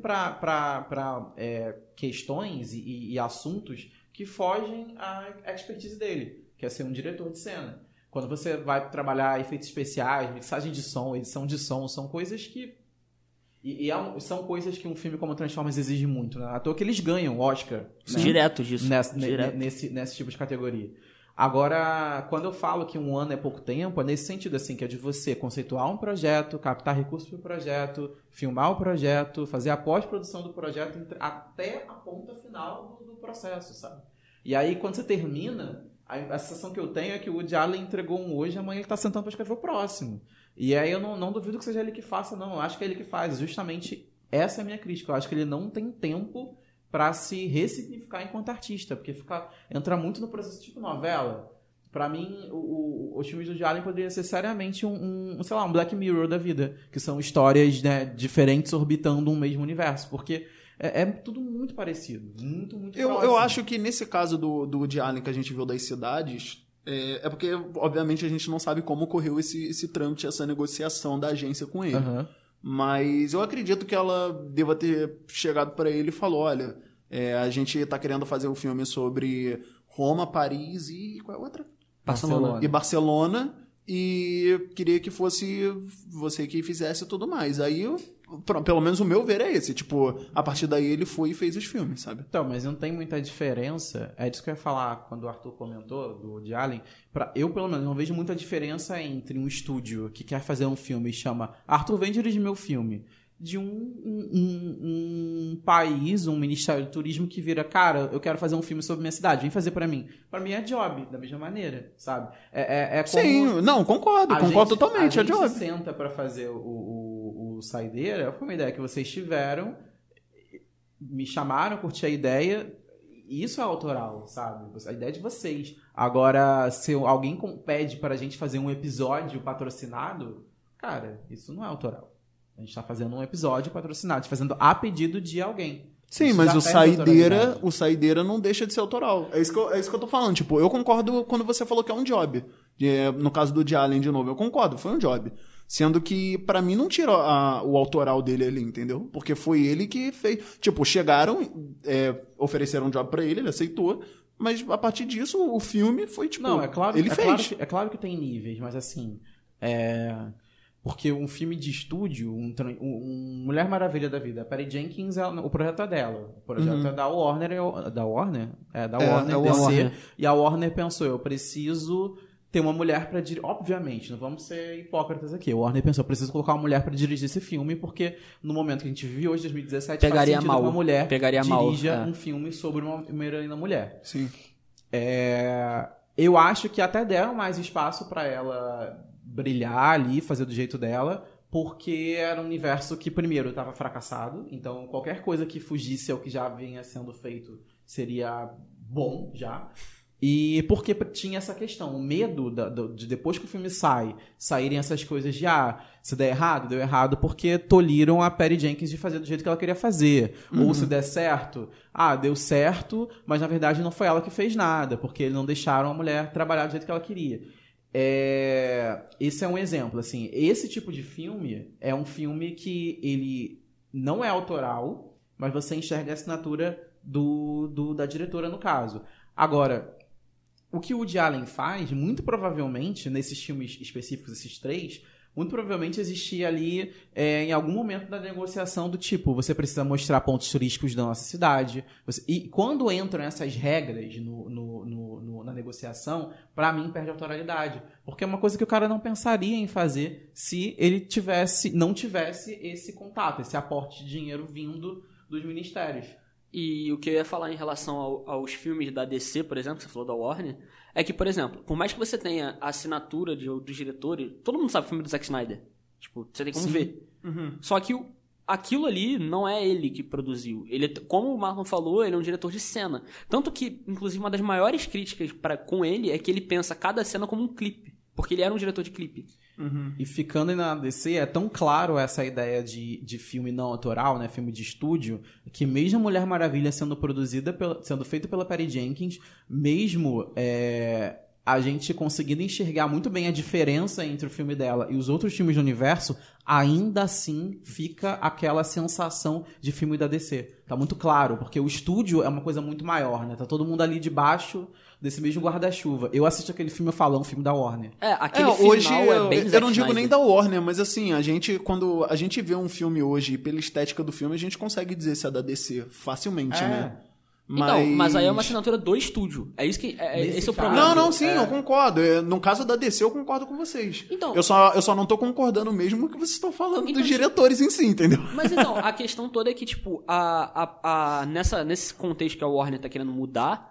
para é, questões e, e assuntos que fogem à expertise dele, que é ser um diretor de cena. Quando você vai trabalhar efeitos especiais, mixagem de som, edição de som, são coisas que... E, e é, são coisas que um filme como Transformers exige muito, né? À toa que eles ganham Oscar. Né? Direto disso. Nessa, Direto. Nesse, nesse tipo de categoria. Agora, quando eu falo que um ano é pouco tempo, é nesse sentido, assim, que é de você conceituar um projeto, captar recursos para o projeto, filmar o projeto, fazer a pós-produção do projeto até a ponta final do, do processo, sabe? E aí, quando você termina, a, a sensação que eu tenho é que o Woody Allen entregou um hoje, amanhã ele tá sentando pra escrever o próximo. E aí eu não, não duvido que seja ele que faça, não. Eu acho que é ele que faz. Justamente essa é a minha crítica. Eu acho que ele não tem tempo pra se ressignificar enquanto artista, porque fica, entra muito no processo tipo novela. Pra mim, o, o, os filmes do Woody Allen poderiam ser seriamente um, um, sei lá, um Black Mirror da vida, que são histórias, né, diferentes orbitando um mesmo universo, porque é, é tudo muito parecido, muito, muito eu, próximo. eu acho que nesse caso do, do Woody Allen que a gente viu das cidades, é, é porque, obviamente, a gente não sabe como ocorreu esse, esse trâmite, essa negociação da agência com ele. Uhum. Mas eu acredito que ela deva ter chegado pra ele e falou, olha, é, a gente tá querendo fazer um filme sobre Roma, Paris e qual é a outra? Barcelona. E Barcelona, e queria que fosse você que fizesse tudo mais. Aí, eu, pelo menos o meu ver é esse. Tipo, a partir daí ele foi e fez os filmes, sabe? Então, mas não tem muita diferença. É disso que eu ia falar quando o Arthur comentou, do Woody Allen. Pra, eu, pelo menos, não vejo muita diferença entre um estúdio que quer fazer um filme e chama Arthur, vem dirigir meu filme, de um, um, um, um país, um ministério do turismo que vira, cara, eu quero fazer um filme sobre minha cidade, vem fazer pra mim. Pra mim é job, da mesma maneira, sabe? É, é, é como Sim, não, concordo, concordo gente, totalmente, a é gente job. senta pra fazer o, o, o Saideira, foi uma ideia que vocês tiveram, me chamaram, curti a ideia, isso é autoral, sabe? A ideia é de vocês. Agora, se alguém pede pra gente fazer um episódio patrocinado, cara, isso não é autoral. A gente tá fazendo um episódio patrocinado, fazendo a pedido de alguém. Sim, Isso mas já o perde Saideira, autoralidade. o Saideira não deixa de ser autoral. É isso que eu, é isso que eu tô falando. Tipo, eu concordo quando você falou que é um job. É, no caso do Woody Allen, de novo, eu concordo, foi um job. Sendo que, pra mim, não tira a, o autoral dele ali, entendeu? Porque foi ele que fez. Tipo, chegaram, é, ofereceram um job pra ele, ele aceitou. Mas a partir disso, o filme foi tipo. Não, é claro, ele é fez. Claro que, é claro que tem níveis, mas assim. É. Porque um filme de estúdio, um, um, um Mulher Maravilha da vida, a Patty Jenkins, ela, o projeto é dela. O projeto Uhum. é da Warner. É, da Warner? É, da É, Warner, é D C. Warner. E a Warner pensou, eu preciso ter uma mulher pra dirigir. Obviamente, não vamos ser hipócritas aqui. A Warner pensou, eu preciso colocar uma mulher pra dirigir esse filme, porque no momento que a gente vive hoje, dois mil e dezessete, Pegaria faz sentido mal. que uma mulher Pegaria mal, dirija é. um filme sobre uma, uma heroína mulher. Sim. É, eu acho que até deram mais espaço pra ela brilhar ali, fazer do jeito dela, porque era um universo que, primeiro, estava fracassado, então qualquer coisa que fugisse ao que já vinha sendo feito seria bom já. E porque tinha essa questão, o medo da, do, de depois que o filme sai, saírem essas coisas de, ah, se der errado, deu errado porque tolhiram a Patty Jenkins de fazer do jeito que ela queria fazer. Uhum. Ou se der certo, ah, deu certo, mas na verdade não foi ela que fez nada, porque eles não deixaram a mulher trabalhar do jeito que ela queria. É, esse é um exemplo, assim, esse tipo de filme é um filme que ele não é autoral, mas você enxerga a assinatura do, do, da diretora no caso. Agora, o que o Woody Allen faz, muito provavelmente, nesses filmes específicos, esses três, muito provavelmente existia ali, é, em algum momento da negociação do tipo, você precisa mostrar pontos turísticos da nossa cidade. Você... E quando entram essas regras no, no, no, no, na negociação, pra mim perde autoralidade. Porque é uma coisa que o cara não pensaria em fazer se ele tivesse, não tivesse esse contato, esse aporte de dinheiro vindo dos ministérios. E o que eu ia falar em relação ao, aos filmes da D C, por exemplo, que você falou da Warner, é que, por exemplo, por mais que você tenha a assinatura de, dos diretores, todo mundo sabe o filme do Zack Snyder. Tipo, você tem como Sim. ver. Uhum. Só que o, aquilo ali não é ele que produziu. Ele, como o Marlon falou, ele é um diretor de cena. Tanto que, inclusive, uma das maiores críticas pra, com ele é que ele pensa cada cena como um clipe. Porque ele era um diretor de clipe. Uhum. E ficando na D C, é tão claro essa ideia de, de filme não autoral, né, filme de estúdio, que mesmo Mulher Maravilha sendo produzida, pela, sendo feito pela Patty Jenkins, mesmo é, a gente conseguindo enxergar muito bem a diferença entre o filme dela e os outros filmes do universo, ainda assim fica aquela sensação de filme da D C. Tá muito claro, porque o estúdio é uma coisa muito maior, né? Tá todo mundo ali debaixo desse mesmo guarda-chuva. Eu assisto aquele filme, eu falo, é um filme da Warner. É, aquele É, final hoje é eu, bem eu Zack não digo Snyder. nem da Warner, mas assim, a gente, quando a gente vê um filme hoje, pela estética do filme, a gente consegue dizer se é da D C facilmente, É. né? Então, mas aí é uma assinatura do estúdio. É isso que. É, Nesse esse é o caso- problema. Não, não, sim, É. eu concordo. É, No caso da D C, eu concordo com vocês. Então- eu, só, eu só não tô concordando mesmo com o que vocês estão falando Então, dos diretores em si, entendeu? Mas então, a questão toda é que, tipo, a, a, a, nessa, nesse contexto que a Warner tá querendo mudar,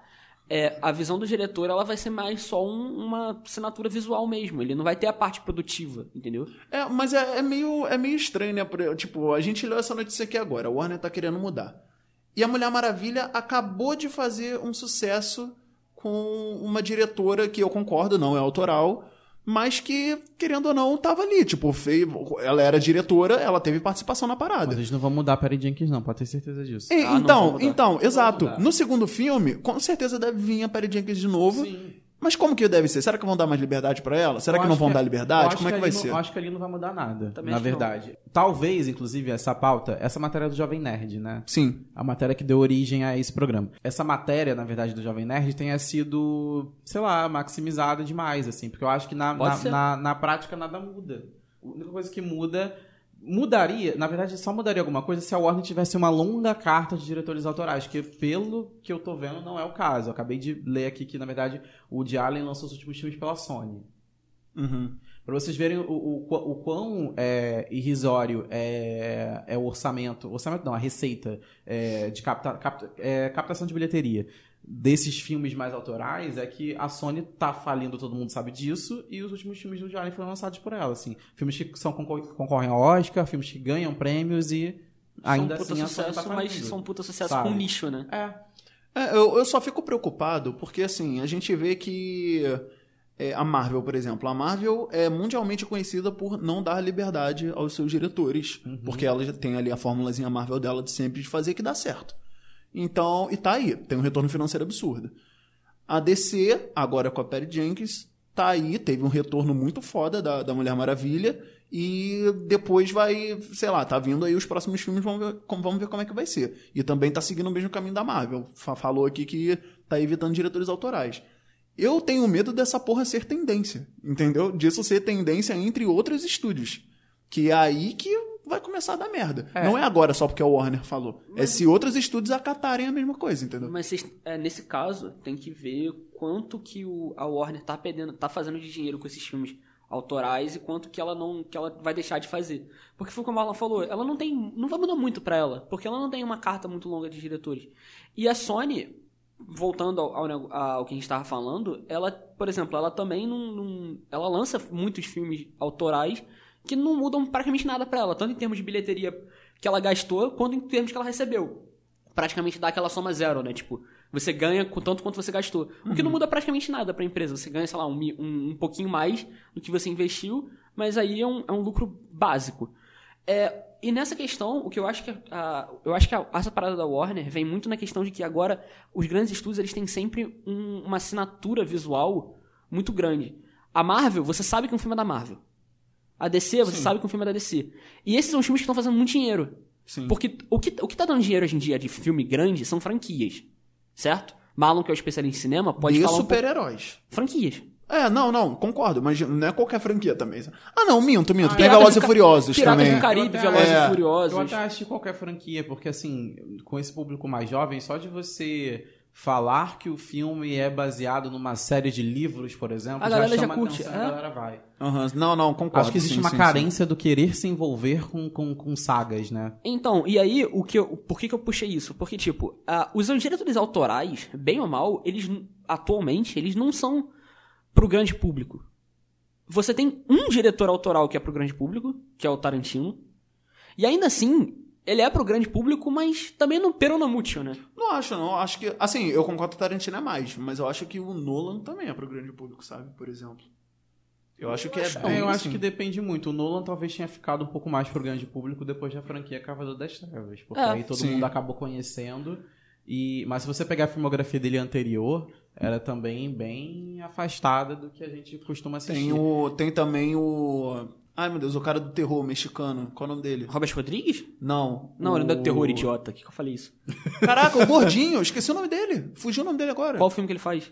é, a visão do diretor ela vai ser mais só um, uma assinatura visual mesmo. Ele não vai ter a parte produtiva, entendeu? É, mas é, é, meio, é meio estranho, né? Por- Tipo, a gente leu essa notícia aqui agora. A Warner tá querendo mudar. E a Mulher Maravilha acabou de fazer um sucesso com uma diretora que eu concordo, não é autoral, mas que, querendo ou não, tava ali. Tipo, fei- ela era diretora, ela teve participação na parada. Mas eles não vão mudar a Patty Jenkins, não, pode ter certeza disso. E- Ah, não vai então, mudar. então, exato. mudar. No segundo filme, com certeza deve vir a Patty Jenkins de novo. Sim. Mas como que deve ser? Será que vão dar mais liberdade pra ela? Será Eu que não acho vão que- dar eu liberdade? acho Como é que ali vai não- ser? Eu acho que ali não vai mudar nada, Também na acho que não. verdade. Talvez, inclusive, essa pauta, essa matéria do Jovem Nerd, né? Sim. A matéria que deu origem a esse programa. Essa matéria, na verdade, do Jovem Nerd tenha sido, sei lá, maximizada demais, assim. Porque eu acho que na, Pode na, ser. na, na prática nada muda. A única coisa que muda... Mudaria, na verdade, só mudaria alguma coisa se a Warner tivesse uma longa carta de diretores autorais, que pelo que eu tô vendo não é o caso. Eu acabei de ler aqui que, na verdade, o Woody Allen lançou os últimos filmes pela Sony. Uhum. Pra vocês verem o, o, o quão é, irrisório é, é o orçamento, orçamento não, a receita é, de capta, capta, é, captação de bilheteria desses filmes mais autorais, é que a Sony tá falindo, todo mundo sabe disso, e os últimos filmes do Woody Allen foram lançados por ela, assim. Filmes que são, concor- concorrem ao Oscar, filmes que ganham prêmios e ainda são um puta assim a Sony sucesso, tá mas falindo. são um puta sucesso sabe? com nicho, né? É. É, eu, eu só fico preocupado porque, assim, a gente vê que é, a Marvel, por exemplo, a Marvel é mundialmente conhecida por não dar liberdade aos seus diretores, porque ela já tem ali a formulazinha Marvel dela de sempre de fazer que dá certo. Então, e tá aí, tem um retorno financeiro absurdo. A D C, agora com a Patty Jenkins, tá aí, teve um retorno muito foda da, da Mulher Maravilha, e depois vai, sei lá, tá vindo aí os próximos filmes, vamos ver, como- vamos ver como é que vai ser. E também tá seguindo o mesmo caminho da Marvel. Fa- Falou aqui que tá evitando diretores autorais. Eu tenho medo dessa porra ser tendência, entendeu? Disso ser tendência entre outros estúdios. Que é aí que vai começar a dar merda. É. Não é agora só porque a Warner falou. É se outros estúdios acatarem a mesma coisa, entendeu? Mas vocês- é, nesse caso, tem que ver quanto que o, a Warner tá, perdendo, tá fazendo de dinheiro com esses filmes autorais e quanto que ela não que ela vai deixar de fazer. Porque foi como a Marlon falou, ela não tem, não vai mudar muito pra ela, porque ela não tem uma carta muito longa de diretores. E a Sony, voltando ao, ao, nego- ao que a gente estava falando, ela, por exemplo, ela também não, não- ela lança muitos filmes autorais que não mudam praticamente nada pra ela, tanto em termos de bilheteria que ela gastou, quanto em termos que ela recebeu. Praticamente dá aquela soma zero, né? Tipo, você ganha com tanto quanto você gastou. O que não muda praticamente nada pra empresa. Você ganha, sei lá, um, mi- um, um pouquinho mais do que você investiu, mas aí é um, é um lucro básico. É, e nessa questão, o que eu acho que a, eu acho que a, essa parada da Warner vem muito na questão de que agora os grandes estúdios eles têm sempre um- uma assinatura visual muito grande. A Marvel, você sabe que um filme é da Marvel. A D C, você Sim. sabe que um filme é da D C. E esses são os filmes que estão fazendo muito dinheiro. Sim. Porque o que, o que tá dando dinheiro hoje em dia de filme grande são franquias. Certo? Marlon, que é o especialista em cinema, pode e falar um pouco... super-heróis. Franquias. É, não, não, concordo, mas não é qualquer franquia também. Ah, não, minto, minto. Ah, Tem Piratas Velozes do e Ca- Furiosos Piratas também. do Caribe, Eu até- Velozes É. e Furiosos. Eu até acho que qualquer franquia, porque assim, com esse público mais jovem, só de você falar que o filme é baseado numa série de livros, por exemplo, A galera já chama curte, atenção, é? a galera vai. Aham, Não, não, concordo. Acho que existe sim, uma sim, carência do querer se envolver com, com, com sagas, né? Então, e aí, o que eu, por que, que eu puxei isso? Porque, tipo, ah, os diretores autorais, bem ou mal, eles, n- atualmente, eles não são pro grande público. Você tem um diretor autoral que é pro grande público, que é o Tarantino, e ainda assim, ele é pro grande público, mas também não peronomútil, né? sim. Não acho, não. Acho que. Assim, eu concordo que o Tarantino é mais, mas eu acho que o Nolan também é pro grande público, sabe? Por exemplo. Eu acho que é acho- bem. É, eu acho assim. que depende muito. O Nolan talvez tenha ficado um pouco mais pro grande público depois da franquia Cavaleiro das Trevas. Porque É, aí todo sim. mundo acabou conhecendo. E... Mas se você pegar a filmografia dele anterior, era também bem afastada do que a gente costuma assistir. Tem, o, tem também o. Ai, meu Deus, o cara do terror mexicano. Qual é o nome dele? Robert Rodrigues? Não. Não, o... ele não é do terror idiota. O que, que eu falei isso? Caraca, o gordinho, esqueci o nome dele. Fugiu o nome dele agora. Qual filme que ele faz?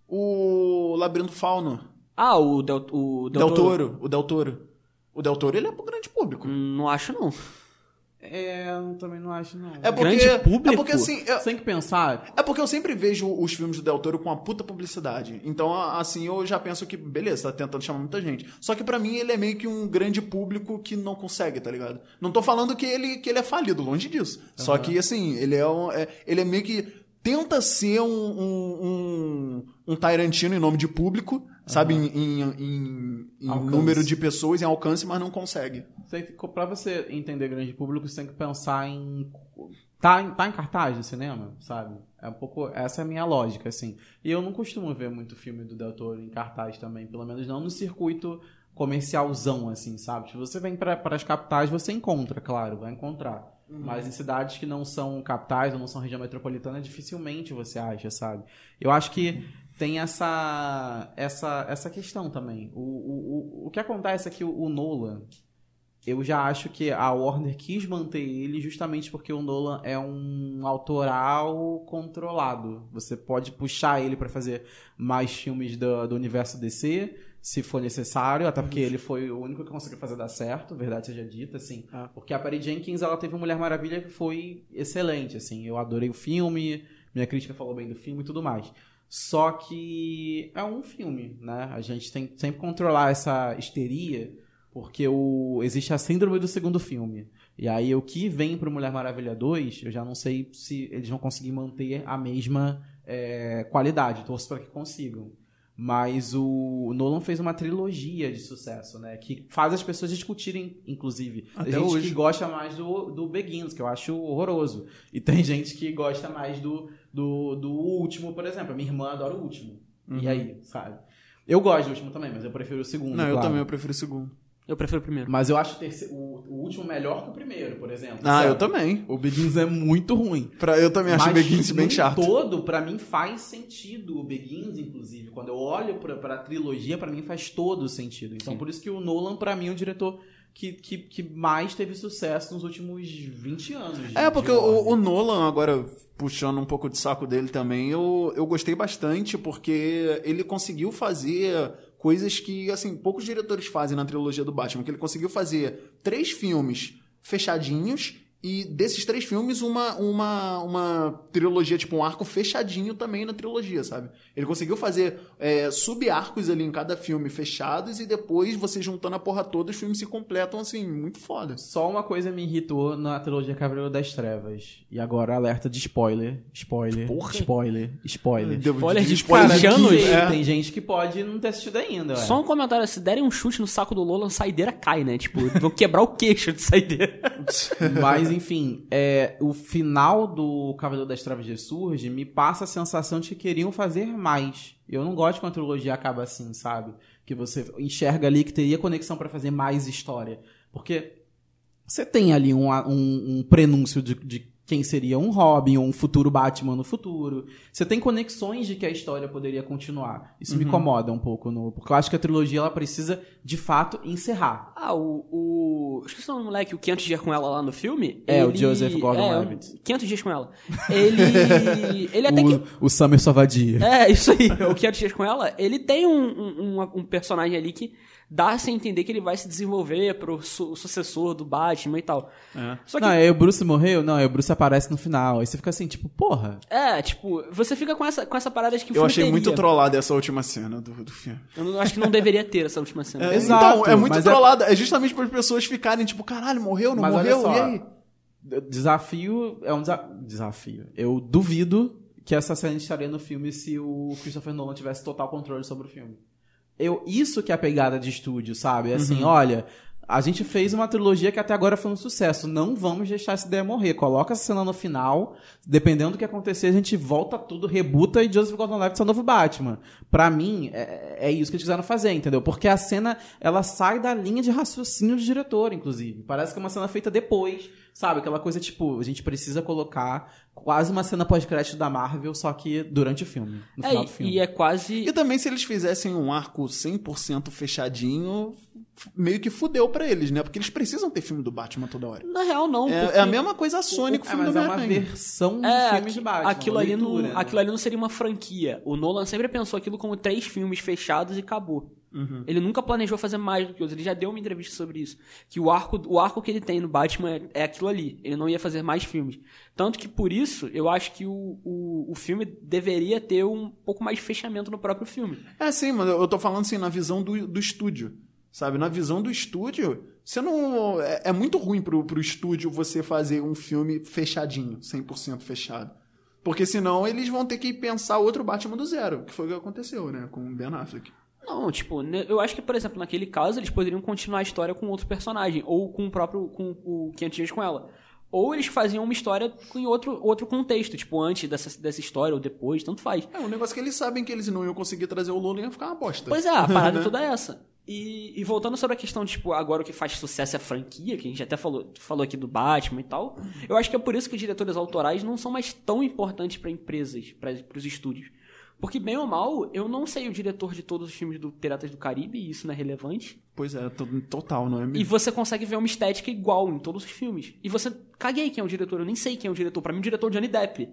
O Labirinto Fauno. Ah, o Del, o Del, Del Toro. Toro. O Del Toro. O Del Toro, ele é pro grande público. Hum, Não acho, não. É, eu também não acho, não. É porque, Grande público? É porque assim. eu- Você tem que pensar. É porque eu sempre vejo os filmes do Del Toro com uma puta publicidade. Então, assim, eu já penso que, beleza, tá tentando chamar muita gente. Só que pra mim ele é meio que um grande público que não consegue, tá ligado? Não tô falando que ele, que ele é falido, longe disso. Só que, assim, ele é, um, é- ele é meio que... tenta ser um, um, um, um Tarantino em nome de público, sabe? Em, em, em, em número de pessoas, em alcance, mas não consegue. Pra você entender grande público, você tem que pensar em... Tá, em- tá em cartaz do cinema, sabe? É um pouco... Essa é a minha lógica, assim. E eu não costumo ver muito filme do Del Toro em cartaz também, pelo menos não no circuito comercialzão, assim, sabe? Se você vem para as capitais, você encontra, claro, vai encontrar. Uhum. Mas em cidades que não são capitais ou não são região metropolitana, dificilmente você acha, sabe? Eu acho que tem essa, essa, essa questão também. O, o, o, o que acontece é que o, o Nolan, eu já acho que a Warner quis manter ele justamente porque o Nolan é um autoral controlado. Você pode puxar ele para fazer mais filmes do, do universo D C, se for necessário, até porque ele foi o único que conseguiu fazer dar certo, verdade seja dita, assim. Ah. Porque a Patty Jenkins, ela teve uma Mulher Maravilha que foi excelente, assim. Eu adorei o filme, minha crítica falou bem do filme e tudo mais. Só que é um filme, né? A gente tem que sempre controlar essa histeria, porque o, existe a síndrome do segundo filme. E aí o que vem pro Mulher Maravilha dois, eu já não sei se eles vão conseguir manter a mesma é, qualidade. Torço para que consigam. Mas o Nolan fez uma trilogia de sucesso, né? Que faz as pessoas discutirem, inclusive. Até tem gente hoje. que gosta mais do, do Begins, que eu acho horroroso. E tem gente que gosta mais do, do, do último, por exemplo. A minha irmã adora o último. Uhum. E aí, sabe? Eu gosto do último também, mas eu prefiro o segundo. Não, eu claro. também, eu prefiro o segundo. Eu prefiro o primeiro. Mas eu acho o, terceiro, o, o último melhor que o primeiro, por exemplo. Ah, sabe? eu também. O Begins é muito ruim. Pra, eu também acho o Begins bem no chato. todo, pra mim, faz sentido o Begins, inclusive. Quando eu olho pra, pra trilogia, pra mim faz todo sentido. Então, Sim. por isso que o Nolan, pra mim, é o diretor que, que, que mais teve sucesso nos últimos vinte anos. De, é, porque o, o Nolan, agora puxando um pouco de saco dele também, eu, eu gostei bastante, porque ele conseguiu fazer coisas que, assim, poucos diretores fazem na trilogia do Batman, que ele conseguiu fazer três filmes fechadinhos e desses três filmes uma, uma, uma trilogia, tipo um arco fechadinho também na trilogia, sabe? Ele conseguiu fazer é, sub-arcos ali em cada filme fechados e depois você juntando a porra toda os filmes se completam, assim, muito foda. Só uma coisa me irritou na trilogia Cavaleiro das Trevas. E agora alerta de spoiler. Spoiler. Porra. Spoiler. Spoiler. Deu, Spoiler de spoiler cara, de anos. quinze, é. Tem gente que pode não ter assistido ainda. Ué. Só um comentário, se derem um chute no saco do Nolan, a saideira cai, né? Tipo, vão quebrar o queixo de saideira. Mas, enfim, é, o final do Cavaleiro das Trevas ressurge me passa a sensação de que queriam fazer mais. Eu não gosto quando a trilogia acaba assim, sabe? Que você enxerga ali que teria conexão pra fazer mais história. Porque você tem ali um, um, um prenúncio de, de quem seria um Robin ou um futuro Batman no futuro. Você tem conexões de que a história poderia continuar. Isso uhum. me incomoda um pouco, no, porque eu acho que a trilogia ela precisa, de fato, encerrar. Ah, o... o... Esqueci o nome do moleque, o quinhentos dias com ela lá no filme. É, ele... o Joseph Gordon-Levitt. É, quinhentos dias com ela. Ele... ele até o, que... o Summer Savadia. É, isso aí. O quinhentos dias com ela. Ele tem um, um, um personagem ali que dá-se a entender que ele vai se desenvolver pro su- sucessor do Batman e tal. É. Só que... Não, aí o Bruce morreu? Não, aí o Bruce aparece no final. Aí você fica assim, tipo, porra. É, tipo, você fica com essa, com essa parada de que o Eu filme achei teria. muito trollada essa última cena do, do filme. Eu não- acho que não deveria ter essa última cena. É, Exato, então, é muito mas trollada. É... é justamente para as pessoas ficarem tipo, caralho, morreu, não Mas morreu? olha só, E aí? Desafio é um desa- desafio. Eu duvido que essa cena estaria no filme se o Christopher Nolan tivesse total controle sobre o filme. Eu, isso que é a pegada de estúdio, sabe? Assim, uhum. olha, a gente fez uma trilogia que até agora foi um sucesso. Não vamos deixar essa ideia morrer. Coloca essa cena no final. Dependendo do que acontecer, a gente volta tudo, rebuta e Joseph Gordon-Levitt é o novo Batman. Pra mim, é, é isso que eles quiseram fazer, entendeu? Porque a cena, ela sai da linha de raciocínio do diretor, inclusive. Parece que é uma cena feita depois, sabe? Aquela coisa, tipo, a gente precisa colocar quase uma cena pós-crédito da Marvel, só que durante o filme, no É, final do e- filme. e é quase... E também, se eles fizessem um arco cem por cento fechadinho, f- meio que fudeu pra eles, né? Porque eles precisam ter filme do Batman toda hora. Na real, não. É, porque... é a mesma coisa a Sony com o É, filme mas do é uma Homem-Aranha. versão de É, filme aqui- de Batman. aquilo, uma ali não, leitura, né? aquilo ali não seria uma franquia. O Nolan sempre pensou aquilo como três filmes fechados e acabou. Uhum. Ele nunca planejou fazer mais do que outros. Ele já deu uma entrevista sobre isso. Que o arco, o arco que ele tem no Batman é, é aquilo ali. Ele não ia fazer mais filmes. Tanto que, por isso, eu acho que o, o, o filme deveria ter um pouco mais de fechamento no próprio filme. É, sim, mas eu tô falando assim, na visão do, do estúdio. Sabe? Na visão do estúdio, você não. É, é muito ruim pro, pro estúdio você fazer um filme fechadinho, cem por cento fechado. Porque senão eles vão ter que pensar outro Batman do zero, que foi o que aconteceu, né, com o Ben Affleck. Não, tipo, eu acho que, por exemplo, naquele caso, eles poderiam continuar a história com outro personagem, ou com o próprio, com o quinhentos dias com ela. Ou eles faziam uma história em outro, outro contexto, tipo, antes dessa, dessa história, ou depois, tanto faz. É, um negócio que eles sabem que eles não iam conseguir trazer o Lola e ia ficar uma bosta. Pois é, a parada toda é essa. E, e voltando sobre a questão de, tipo, agora o que faz sucesso é a franquia, que a gente até falou, falou aqui do Batman e tal, eu acho que é por isso que os diretores autorais não são mais tão importantes para empresas, para os estúdios. Porque, bem ou mal, eu não sei o diretor de todos os filmes do Piratas do Caribe, e isso não é relevante. Pois é, total, não é mesmo? E você consegue ver uma estética igual em todos os filmes. E você... Caguei quem é o diretor, eu nem sei quem é o diretor. Pra mim, o diretor é o Johnny Depp.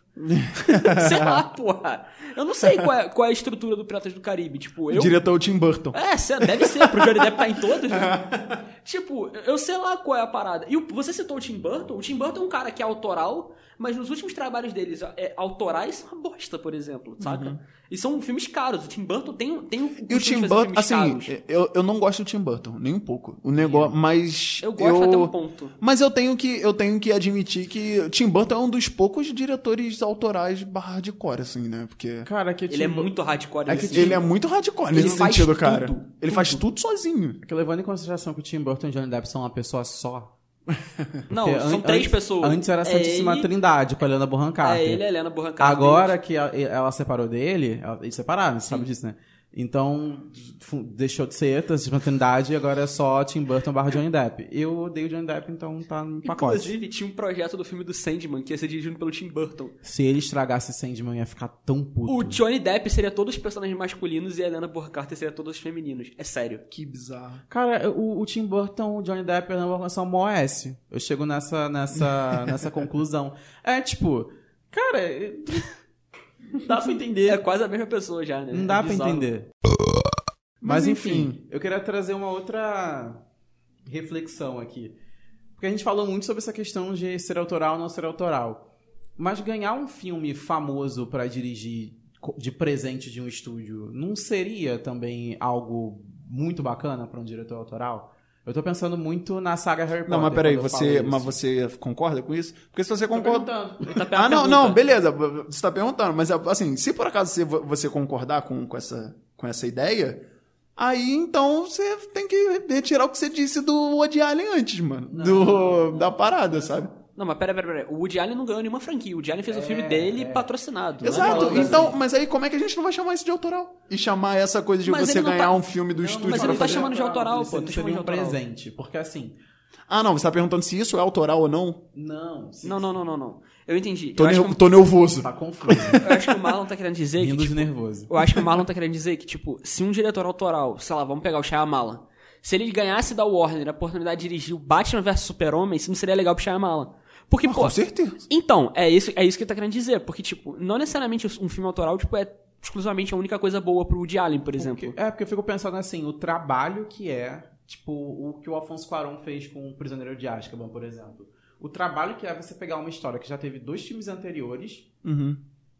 Sei lá, porra. Eu não sei qual é, qual é a estrutura do Piratas do Caribe. Tipo, eu... O diretor é o Tim Burton. É, deve ser, pro Johnny Depp tá em todos. Tipo, eu sei lá qual é a parada. E você citou o Tim Burton. O Tim Burton é um cara que é autoral, mas nos últimos trabalhos deles, é, autorais, são uma bosta, por exemplo, saca? Uhum. E são filmes caros. O Tim Burton tem, tem um E o Tim Burton, assim, eu, eu não gosto do Tim Burton, nem um pouco. O negócio, é. mas... Eu gosto eu, até um ponto. Mas eu tenho, que, eu tenho que admitir que o Tim Burton é um dos poucos diretores autorais barra hardcore, assim, né? Porque... Cara, que ele Tim... é muito hardcore. É que ele é muito hardcore nesse sentido, cara. Tudo, ele tudo. faz tudo sozinho. Porque levando em consideração que o Tim Burton e o Johnny Depp são uma pessoa só... Não, Porque são an três antes, pessoas. Antes era a Santíssima é Trindade com a Helena Bonham Carter. É ele e a Helena Bonham Carter. Agora que a, ela separou dele, ela, eles separaram, você sabe disso, né? Então, deixou de ser a Santíssima Trindade e agora é só Tim Burton barra Johnny Depp. Eu odeio Johnny Depp, então tá no pacote. Inclusive, tinha um projeto do filme do Sandman que ia ser dirigido pelo Tim Burton. Se ele estragasse Sandman, ia ficar tão puto. O Johnny Depp seria todos os personagens masculinos e a Helena Bonham Carter seria todos os femininos. É sério. Que bizarro. Cara, o, o Tim Burton, o Johnny Depp e a Helena Bonham Carter são mó S. Eu chego nessa, nessa, nessa conclusão. É, tipo... Cara... Não dá pra entender. É quase a mesma pessoa já, né? Não dá é pra entender. Mas, Mas enfim, enfim, eu queria trazer uma outra reflexão aqui. Porque a gente falou muito sobre essa questão de ser autoral ou não ser autoral. Mas ganhar um filme famoso pra dirigir de presente de um estúdio não seria também algo muito bacana pra um diretor autoral? Eu tô pensando muito na saga Harry Potter. Não, mas peraí, você, mas você concorda com isso? Porque se você concorda... Tá ah, não, não, beleza, você tá perguntando. Mas assim, se por acaso você, você concordar com, com, essa, com essa ideia... Aí, então, você tem que retirar o que você disse do Woody Allen antes, mano. Não, do, não, da parada, sabe? Não, mas pera, pera, pera. O Woody Allen não ganhou nenhuma franquia. O Woody Allen fez é, o filme dele é. patrocinado. Exato. Não, então, assim. Mas aí como é que a gente não vai chamar isso de autoral? E chamar essa coisa de mas você ganhar tá... um filme do não, estúdio mas pra ele fazer? Mas ele tá chamando de autoral, pô. Tá chamando de um presente. Porque assim... Ah, não. Você tá perguntando se isso é autoral ou não? Não. Sim, não, não, não, não, não. Eu entendi. Tô, eu ne acho que... tô nervoso. Tá confuso. Eu acho que o Marlon tá querendo dizer Rindo que... Tipo, de nervoso. Eu acho que o Marlon tá querendo dizer que, tipo, se um diretor autoral, sei lá, vamos pegar o Shyamalan, se ele ganhasse da Warner a oportunidade de dirigir o Batman versus Super-Homem, isso não seria legal pro Shyamalan. Porque, ah, pô... Com certeza. Então, é isso, é isso que ele tá querendo dizer. Porque, tipo, não necessariamente um filme autoral, tipo, é exclusivamente a única coisa boa pro Woody Allen, por exemplo. Porque, é, porque eu fico pensando assim, o trabalho que é, tipo, o que o Alfonso Cuarón fez com o Prisioneiro de Azkaban, por exemplo. O trabalho que é você pegar uma história que já teve dois filmes anteriores, uhum.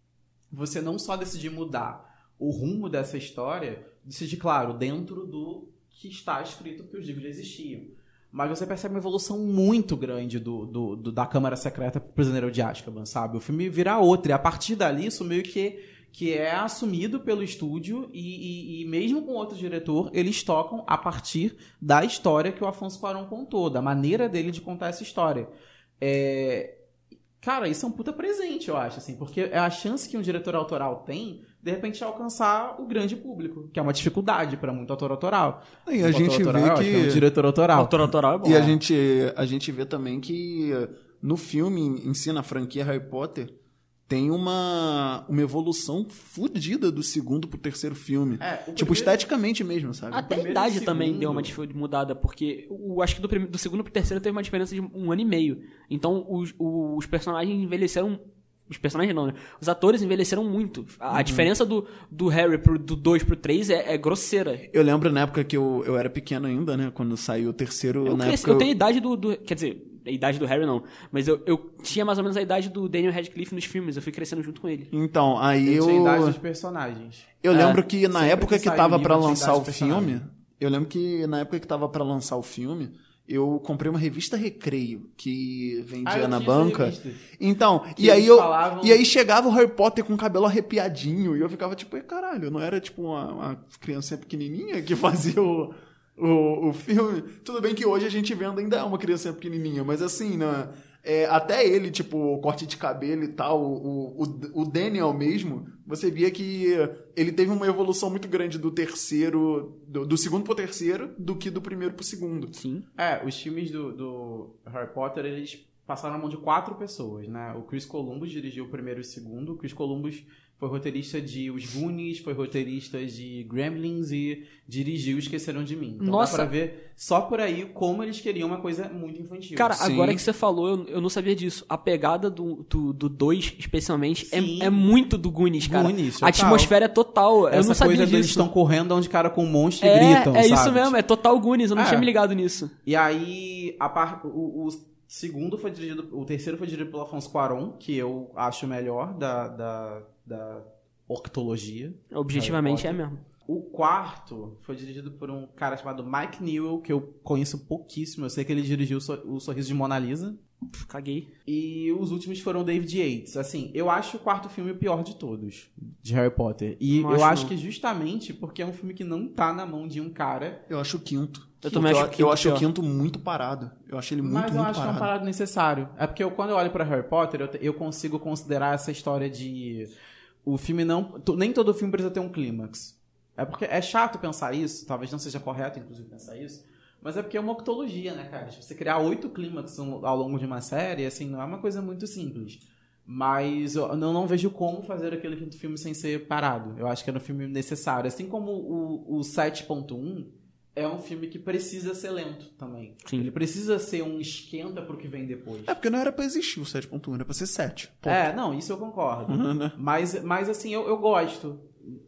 você não só decidir mudar o rumo dessa história, decidir, claro, dentro do que está escrito que os livros já existiam. Mas você percebe uma evolução muito grande do, do, do, da Câmara Secreta pro Prisioneiro de Azkaban, sabe? O filme vira outro, e a partir dali isso meio que, que é assumido pelo estúdio e, e, e mesmo com outro diretor, eles tocam a partir da história que o Alfonso Cuarón contou, da maneira dele de contar essa história. É... Cara, isso é um puta presente, eu acho, assim, porque é a chance que um diretor autoral tem, de repente, de alcançar o grande público, que é uma dificuldade para muito autor autoral. E a gente autoral, vê que... é um diretor autoral. Autor autoral é bom. E é. a gente, a gente vê também que no filme em si, na franquia Harry Potter, tem uma, uma evolução fodida do segundo pro terceiro filme. É, tipo, primeiro... esteticamente mesmo, sabe? Até a idade segundo... também deu uma mudada, porque eu acho que do, primeiro, do segundo pro terceiro teve uma diferença de um ano e meio. Então, os, os personagens envelheceram... Os personagens não, né? Os atores envelheceram muito. A, uhum. a diferença do, do Harry pro, do dois pro três é, é grosseira. Eu lembro na época que eu, eu era pequeno ainda, né? Quando saiu o terceiro... Eu, na cresci, época eu tenho a idade do, do... Quer dizer, a idade do Harry não. Mas eu, eu tinha mais ou menos a idade do Daniel Radcliffe nos filmes. Eu fui crescendo junto com ele. Então, aí eu... Eu tinha a idade dos personagens. Eu é, lembro que na época que, que tava pra lançar o filme... Eu lembro que na época que tava pra lançar o filme... eu comprei uma revista Recreio, que vendia Ah, eu na tinha essa banca. revista. Então, Que e aí, eles eu, falavam- e aí chegava o Harry Potter com o cabelo arrepiadinho, e eu ficava tipo, "E, caralho, eu não era tipo uma, uma criancinha pequenininha que fazia o, o, o filme?" Tudo bem que hoje a gente vendo ainda é uma criancinha pequenininha, mas assim, né, é, até ele, tipo, o corte de cabelo e tal, o, o, o Daniel mesmo, você via que ele teve uma evolução muito grande do terceiro, do, do segundo pro terceiro, do que do primeiro pro segundo. Sim. É, os filmes do, do Harry Potter, eles passaram na mão de quatro pessoas, né? O Chris Columbus dirigiu o primeiro e o segundo. O Chris Columbus foi roteirista de Os Goonies, foi roteirista de Gremlins e dirigiu Esqueceram de Mim. Então Nossa. dá pra ver só por aí como eles queriam uma coisa muito infantil. Cara, Sim. agora que você falou, eu, eu não sabia disso. A pegada do dois, especialmente, Sim. é, é muito do Goonies, cara. Goonies, a total. atmosfera é total. Eu Essa não sabia coisa disso. deles estão correndo onde cara com um monstro e é, gritam, é sabe? isso mesmo, é total Goonies. Eu não É. tinha me ligado nisso. E aí, a par... o, o segundo foi dirigido... O terceiro foi dirigido pelo Afonso Cuarón, que eu acho o melhor da, da, da octologia. Objetivamente é Harry mesmo. O quarto foi dirigido por um cara chamado Mike Newell, que eu conheço pouquíssimo. Eu sei que ele dirigiu o Sor- o Sorriso de Mona Lisa. Pff, caguei. E os últimos foram David Yates. Assim, eu acho o quarto filme o pior de todos, de Harry Potter. E Não eu acho, acho não. que justamente porque é um filme que não tá na mão de um cara. Eu acho o quinto. Eu também eu, acho o quinto Eu acho o pior. quinto muito parado. Eu acho ele muito, Mas eu muito acho que é um parado. parado necessário. É porque eu, quando eu olho pra Harry Potter, eu, te- eu consigo considerar essa história de... O filme não... to- Nem todo filme precisa ter um clímax. É porque é chato pensar isso, talvez não seja correto, inclusive, pensar isso, mas é porque é uma octologia, né, cara? Tipo, você criar oito clímax ao longo de uma série, assim, não é uma coisa muito simples. Mas eu não, não vejo como fazer aquele quinto filme sem ser parado. Eu acho que era um filme necessário. Assim como o, o sete ponto um é um filme que precisa ser lento também. Sim. Ele precisa ser um esquenta pro que vem depois. É porque não era pra existir o sete ponto um, era pra ser sete. Ponto. É, não, isso eu concordo. Uhum, né? Mas, mas assim, eu, eu gosto.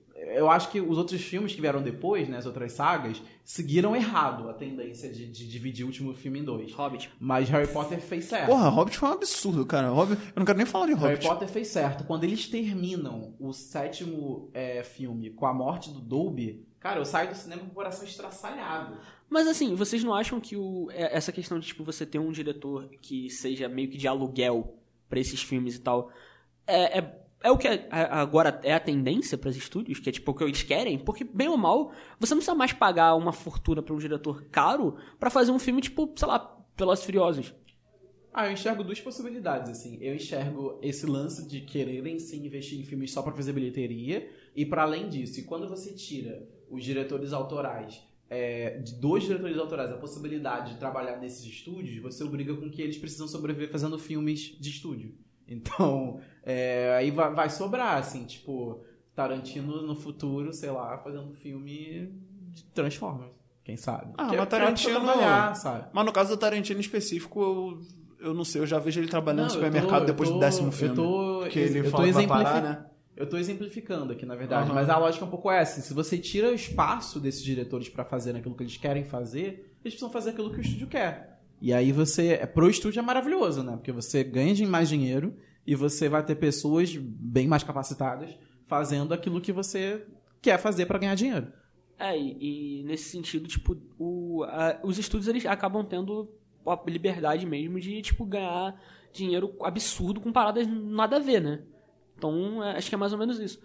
Eu acho que os outros filmes que vieram depois, né, as outras sagas, seguiram errado a tendência de, de dividir o último filme em dois. Hobbit. Mas Harry Potter fez certo. Porra, Hobbit foi um absurdo, cara. Hobbit, eu não quero nem falar de Harry Hobbit. Potter fez certo. Quando eles terminam o sétimo é, filme com a morte do Dobby, cara, eu saio do cinema com o coração estraçalhado. Mas assim, vocês não acham que o, é- essa questão de tipo, você ter um diretor que seja meio que de aluguel pra esses filmes e tal, é, é, é o que é- a- agora é a tendência pros estúdios, que é tipo o que eles querem? Porque, bem ou mal, você não precisa mais pagar uma fortuna pra um diretor caro pra fazer um filme tipo, sei lá, Velozes e Furiosos. Ah, eu enxergo duas possibilidades, assim. Eu enxergo esse lance de quererem sim investir em filmes só pra fazer bilheteria, e pra além disso, e quando você tira os diretores autorais, é, de dois diretores autorais, a possibilidade de trabalhar nesses estúdios, você obriga com que eles precisam sobreviver fazendo filmes de estúdio. Então, é, aí vai, vai sobrar, assim, tipo, Tarantino no futuro, sei lá, fazendo filme de Transformers, quem sabe? Ah, Que mas é- que é Tarantino- pra trabalhar, sabe? Mas no caso do Tarantino em específico, eu, eu não sei, eu já vejo ele trabalhando no Não, eu supermercado tô- depois eu do tô- décimo filme. Eu tô, que ele eu tô fala que vai exemplifi- parar, né? Eu tô exemplificando aqui, na verdade, Aham. mas a lógica é um pouco essa. Se você tira o espaço desses diretores pra fazer aquilo que eles querem fazer, eles precisam fazer aquilo que o estúdio quer. E aí você... é, Pro estúdio é maravilhoso, né? Porque você ganha de- mais dinheiro e você vai ter pessoas bem mais capacitadas fazendo aquilo que você quer fazer pra ganhar dinheiro. É, e, e nesse sentido, tipo, o, a- os estúdios eles acabam tendo a liberdade mesmo de, tipo, ganhar dinheiro absurdo com paradas nada a ver, né? Então, é, acho que é mais ou menos isso.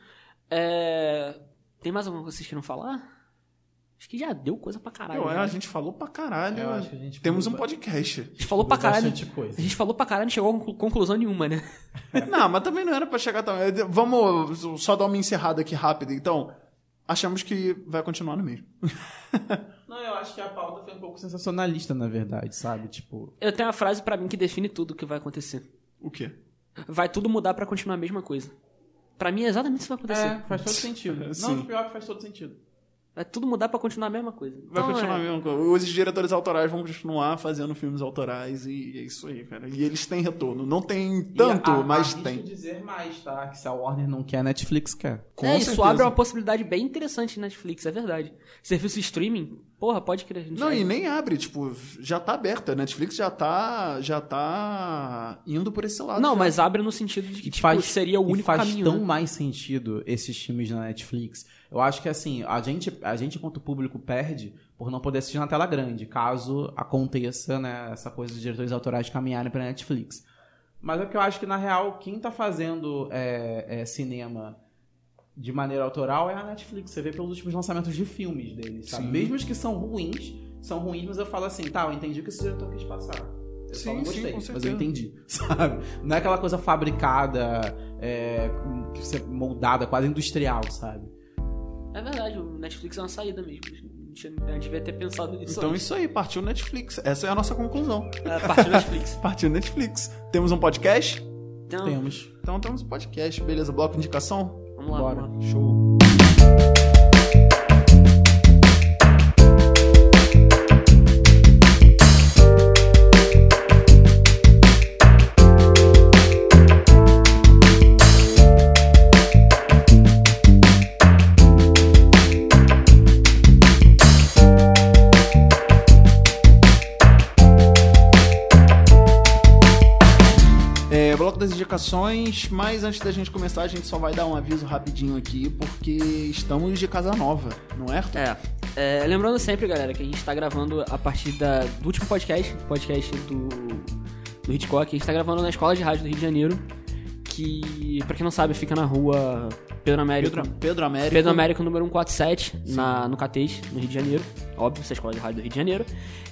É, tem mais alguma coisa que vocês queiram falar? Acho que já deu coisa pra caralho. Eu, né? a gente falou pra caralho. Eu acho que a gente Temos um falou- podcast. A gente falou pra caralho. Bastante coisa. A gente falou pra caralho e não chegou a conclu- conclusão nenhuma, né? Não, mas também não era pra chegar tão... Vamos só dar uma encerrada aqui rápida. Então, achamos que vai continuar no mesmo. Não, eu acho que a pauta foi um pouco sensacionalista, na verdade, sabe? Tipo... Eu tenho uma frase pra mim que define tudo o que vai acontecer. O quê? Vai tudo mudar pra continuar a mesma coisa. Pra mim é exatamente isso que vai acontecer. É, faz todo sentido. Sim. Não, pior que faz todo sentido. Vai tudo mudar pra continuar a mesma coisa. Vai Então, continuar é- a mesma coisa. Os diretores autorais vão continuar fazendo filmes autorais e é isso aí, cara. E eles têm retorno. Não tem tanto, E a- mas arrisco tem. dizer mais, tá? Que se a Warner não quer, a Netflix quer. Com é, isso certeza. abre uma possibilidade bem interessante na Netflix, é verdade. Serviço de streaming, porra, pode crer. a gente Não, já- e nem abre, tipo, já tá aberta. A Netflix já tá, já tá indo por esse lado. Não, já. mas abre no sentido de que E tipo, faz, seria o e único faz caminho. tão né? mais sentido esses filmes na Netflix. Eu acho que, assim, a gente, a gente quanto público perde por não poder assistir na tela grande, caso aconteça, né, essa coisa de diretores autorais caminharem pra Netflix. Mas é porque eu acho que, na real, quem tá fazendo é, é, cinema de maneira autoral é a Netflix. Você vê pelos últimos lançamentos de filmes deles, sabe? Sim. Mesmo os que são ruins, são ruins, mas eu falo assim, tá, eu entendi o que esse diretor quis passar. Eu sim, só não gostei, sim, mas eu entendi, sabe? Não é aquela coisa fabricada, é, moldada, quase industrial, sabe? É verdade, o Netflix é uma saída mesmo. A gente devia ter pensado nisso. Então antes. isso aí, partiu Netflix. Essa é a nossa conclusão. É, partiu Netflix. Partiu Netflix. Temos um podcast? Então, Temos. Então temos um podcast, beleza. Bloco de indicação? Vamos lá, Bora. vamos lá. Show. Das indicações, mas antes da gente começar, a gente só vai dar um aviso rapidinho aqui, porque estamos de casa nova, não é, Arthur? É, é, lembrando sempre, galera, que a gente tá gravando a partir da, do último podcast, podcast do, do Hitchcock, a gente tá gravando na Escola de Rádio do Rio de Janeiro, que, pra quem não sabe, fica na rua Pedro Américo. Pedro, Pedro Américo. Pedro Américo, número cento e quarenta e sete, na, no Catês, no Rio de Janeiro. Óbvio, essa é a Escola de Rádio do Rio de Janeiro.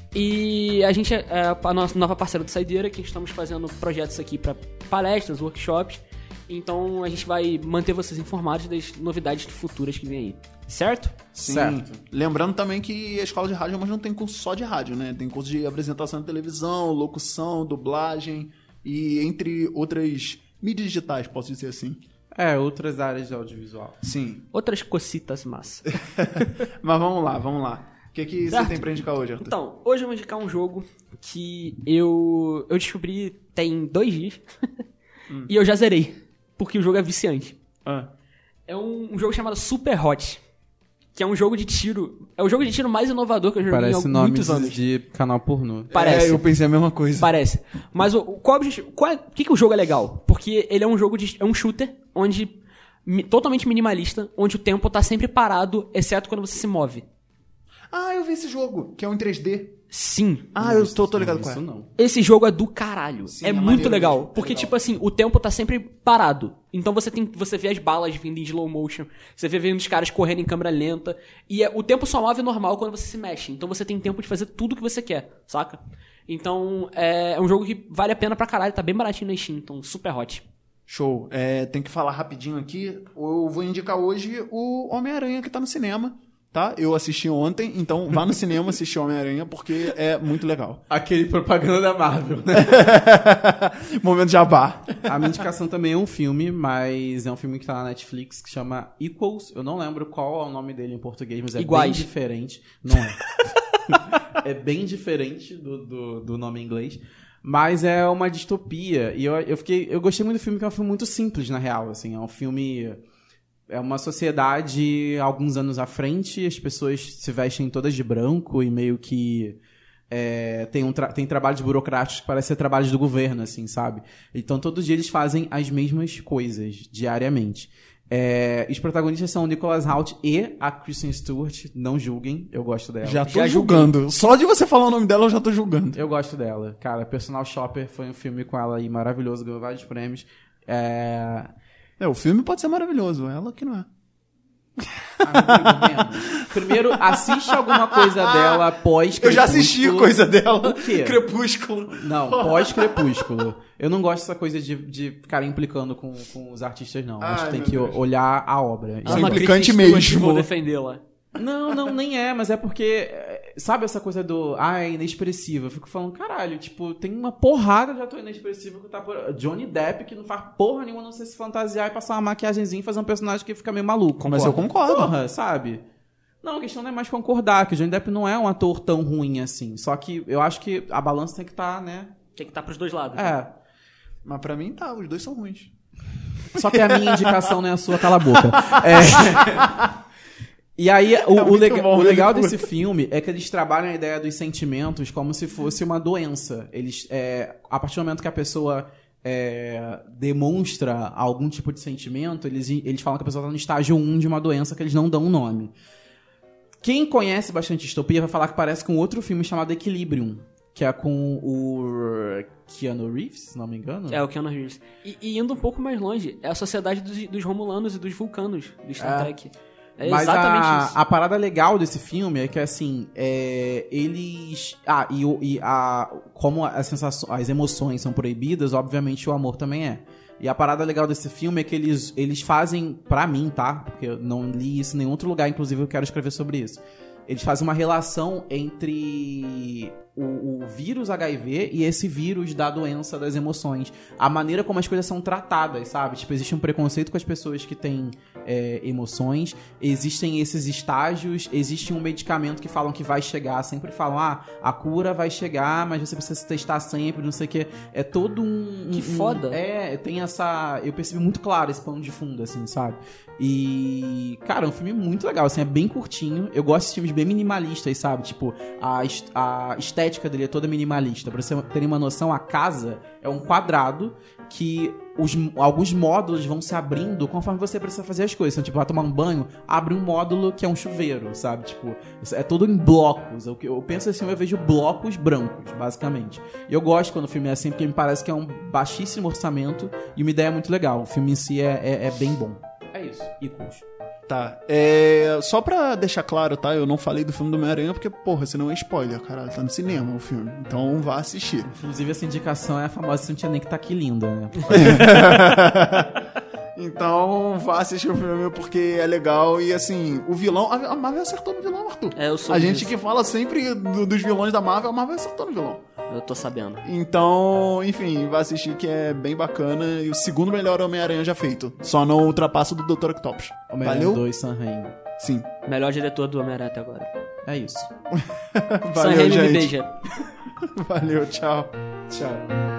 E a gente é a nossa nova parceira do Saideira, que estamos fazendo projetos aqui para palestras, workshops. Então a gente vai manter vocês informados das novidades futuras que vem aí. Certo? Sim. Certo. Lembrando também que a Escola de Rádio mas não tem curso só de rádio, né? Tem curso de apresentação de televisão, locução, dublagem e entre outras mídias digitais, posso dizer assim. É, outras áreas de audiovisual. Sim. Outras cocitas massa. Mas vamos lá, vamos lá. O que, que você Certo. tem pra indicar hoje, Arthur? Então, hoje eu vou indicar um jogo que eu, eu descobri tem dois dias hum. e eu já zerei, porque o jogo é viciante. Ah. É um, um jogo chamado Super Hot, que é um jogo de tiro, é o jogo de tiro mais inovador que eu joguei Parece em nome muitos anos. de canal pornô. Parece. É, eu pensei a mesma coisa. Parece. Mas o, o, qual, qual é, por que, que o jogo é legal? Porque ele é um jogo de, é um shooter onde mi, totalmente minimalista, onde o tempo tá sempre parado, exceto quando você se move. Ah, eu vi esse jogo, que é um em três D. Sim. Ah, eu tô, tô ligado com isso ela. não. Esse jogo é do caralho. Sim, é, é muito maneiro legal. mesmo, é Porque, legal. tipo assim, o tempo tá sempre parado. Então você tem, você vê as balas vindo em slow motion. Você vê vendo os caras correndo em câmera lenta. E é, o tempo só move normal quando você se mexe. Então você tem tempo de fazer tudo que você quer, saca? Então é, é um jogo que vale a pena pra caralho. Tá bem baratinho na Steam. Então, super hot. Show. É, tem que falar rapidinho aqui. Eu vou indicar hoje o Homem-Aranha que tá no cinema. Tá? Eu assisti ontem, então vá no cinema assistir Homem-Aranha, porque é muito legal. Aquele propaganda da Marvel, né? Momento jabá. A minha indicação também é um filme, mas é um filme que tá na Netflix, que chama Equals. Eu não lembro qual é o nome dele em português, mas é Iguais. bem diferente. Não é. É bem diferente do, do, do nome em inglês. Mas é uma distopia. E eu, eu, fiquei, eu gostei muito do filme, que é um filme muito simples, na real. Assim, é um filme... É uma sociedade alguns anos à frente, as pessoas se vestem todas de branco e meio que é, tem, um tra- tem trabalhos burocráticos que parecem ser trabalhos do governo, assim, sabe? Então, todo dia eles fazem as mesmas coisas, diariamente. É, os protagonistas são o Nicholas Hoult e a Kristen Stewart. Não julguem, eu gosto dela. Já tô Já julgando. Só de você falar o nome dela, eu já tô julgando. Eu gosto dela. Cara, Personal Shopper foi um filme com ela aí maravilhoso, ganhou vários prêmios. É... É, o filme pode ser maravilhoso, ela que não é. Ah, primeiro, assiste alguma coisa dela pós-crepúsculo. Eu já assisti coisa dela. O quê? Crepúsculo. Não, pós-crepúsculo. Eu não gosto dessa coisa de, de ficar implicando com, com os artistas, não. Ai, Acho que tem meu que Deus. olhar a obra. Sou Uma implicante Kristen Stewart, mesmo. Vou defendê-la. Não, não, nem é, mas é porque... Sabe essa coisa do... Ah, é inexpressiva. Eu fico falando, caralho, tipo, tem uma porrada de ator inexpressivo que tá por... Johnny Depp, que não faz porra nenhuma, não sei se fantasiar e passar uma maquiagemzinha e fazer um personagem que fica meio maluco. Mas eu concordo. Porra, sabe? Não, a questão não é mais concordar, que o Johnny Depp não é um ator tão ruim assim. Só que eu acho que a balança tem que estar, né? Tem que estar pros dois lados. É. Mas pra mim tá, os dois são ruins. Só que a minha indicação não é a sua, cala a boca. É... E aí, o, É o, lega- bom, o legal ele desse filme é que eles trabalham a ideia dos sentimentos como se fosse uma doença. Eles, é, a partir do momento que a pessoa é, demonstra algum tipo de sentimento, eles, eles falam que a pessoa está no estágio um de uma doença que eles não dão um nome. Quem conhece bastante distopia vai falar que parece com outro filme chamado Equilibrium, que é com o Keanu Reeves, se não me engano. É, o Keanu Reeves. E, e indo um pouco mais longe, é a sociedade dos, dos Romulanos e dos Vulcanos, do Star É. Trek. É Mas exatamente a, isso. a parada legal desse filme é que, assim, é, eles... Ah, e, o- e a, como as, sensações, as emoções são proibidas, obviamente o amor também é. E a parada legal desse filme é que eles, eles fazem, pra mim, tá? Porque eu não li isso em nenhum outro lugar, inclusive eu quero escrever sobre isso. Eles fazem uma relação entre o, o vírus H I V e esse vírus da doença das emoções. A maneira como as coisas são tratadas, sabe? Tipo, existe um preconceito com as pessoas que têm é, emoções. Existem esses estágios. Existe um medicamento que falam que vai chegar. Sempre falam, ah, a cura vai chegar, mas você precisa se testar sempre, não sei o quê. É todo um... Que um- foda. É, tem essa... Eu percebi muito claro esse pano de fundo, assim, sabe? E... Cara, é um filme muito legal, assim, é bem curtinho. Eu gosto de filmes bem minimalistas, sabe? Tipo, a, est- a estética dele é toda minimalista. Pra você terem uma noção, a casa é um quadrado que os, alguns módulos vão se abrindo conforme você precisa fazer as coisas. Então, tipo, vai tomar um banho, abre um módulo que é um chuveiro, sabe? Tipo, isso é tudo em blocos. Eu, eu penso assim, eu vejo blocos brancos, basicamente. E eu gosto quando o filme é assim, porque me parece que é um baixíssimo orçamento e uma ideia muito legal. O filme em si é, é, é bem bom. É isso. Icos. Tá, é... Só pra deixar claro, tá? Eu não falei do filme do Homem-Aranha porque, porra, senão é spoiler, caralho. Tá no cinema o filme. Então vá assistir. Inclusive, essa indicação é a famosa Você Não Tinha Nem Que Tá Aqui Linda, né? Então vá assistir o filme porque é legal. E assim, o vilão... A a Marvel acertou no vilão, Arthur. É, eu sou A gente disso. que fala sempre do- dos vilões da Marvel, a Marvel acertou no vilão. Eu tô sabendo. Então, enfim, vai assistir que é bem bacana. E o segundo melhor Homem-Aranha já feito. Só não ultrapassa o do doutor Octopus. Homem-Aranha Valeu? dois, Sam Raimi. Sim. Melhor diretor do Homem-Aranha até agora. É isso. Sam Valeu, Raimi me gente. beija. Valeu, tchau. Tchau.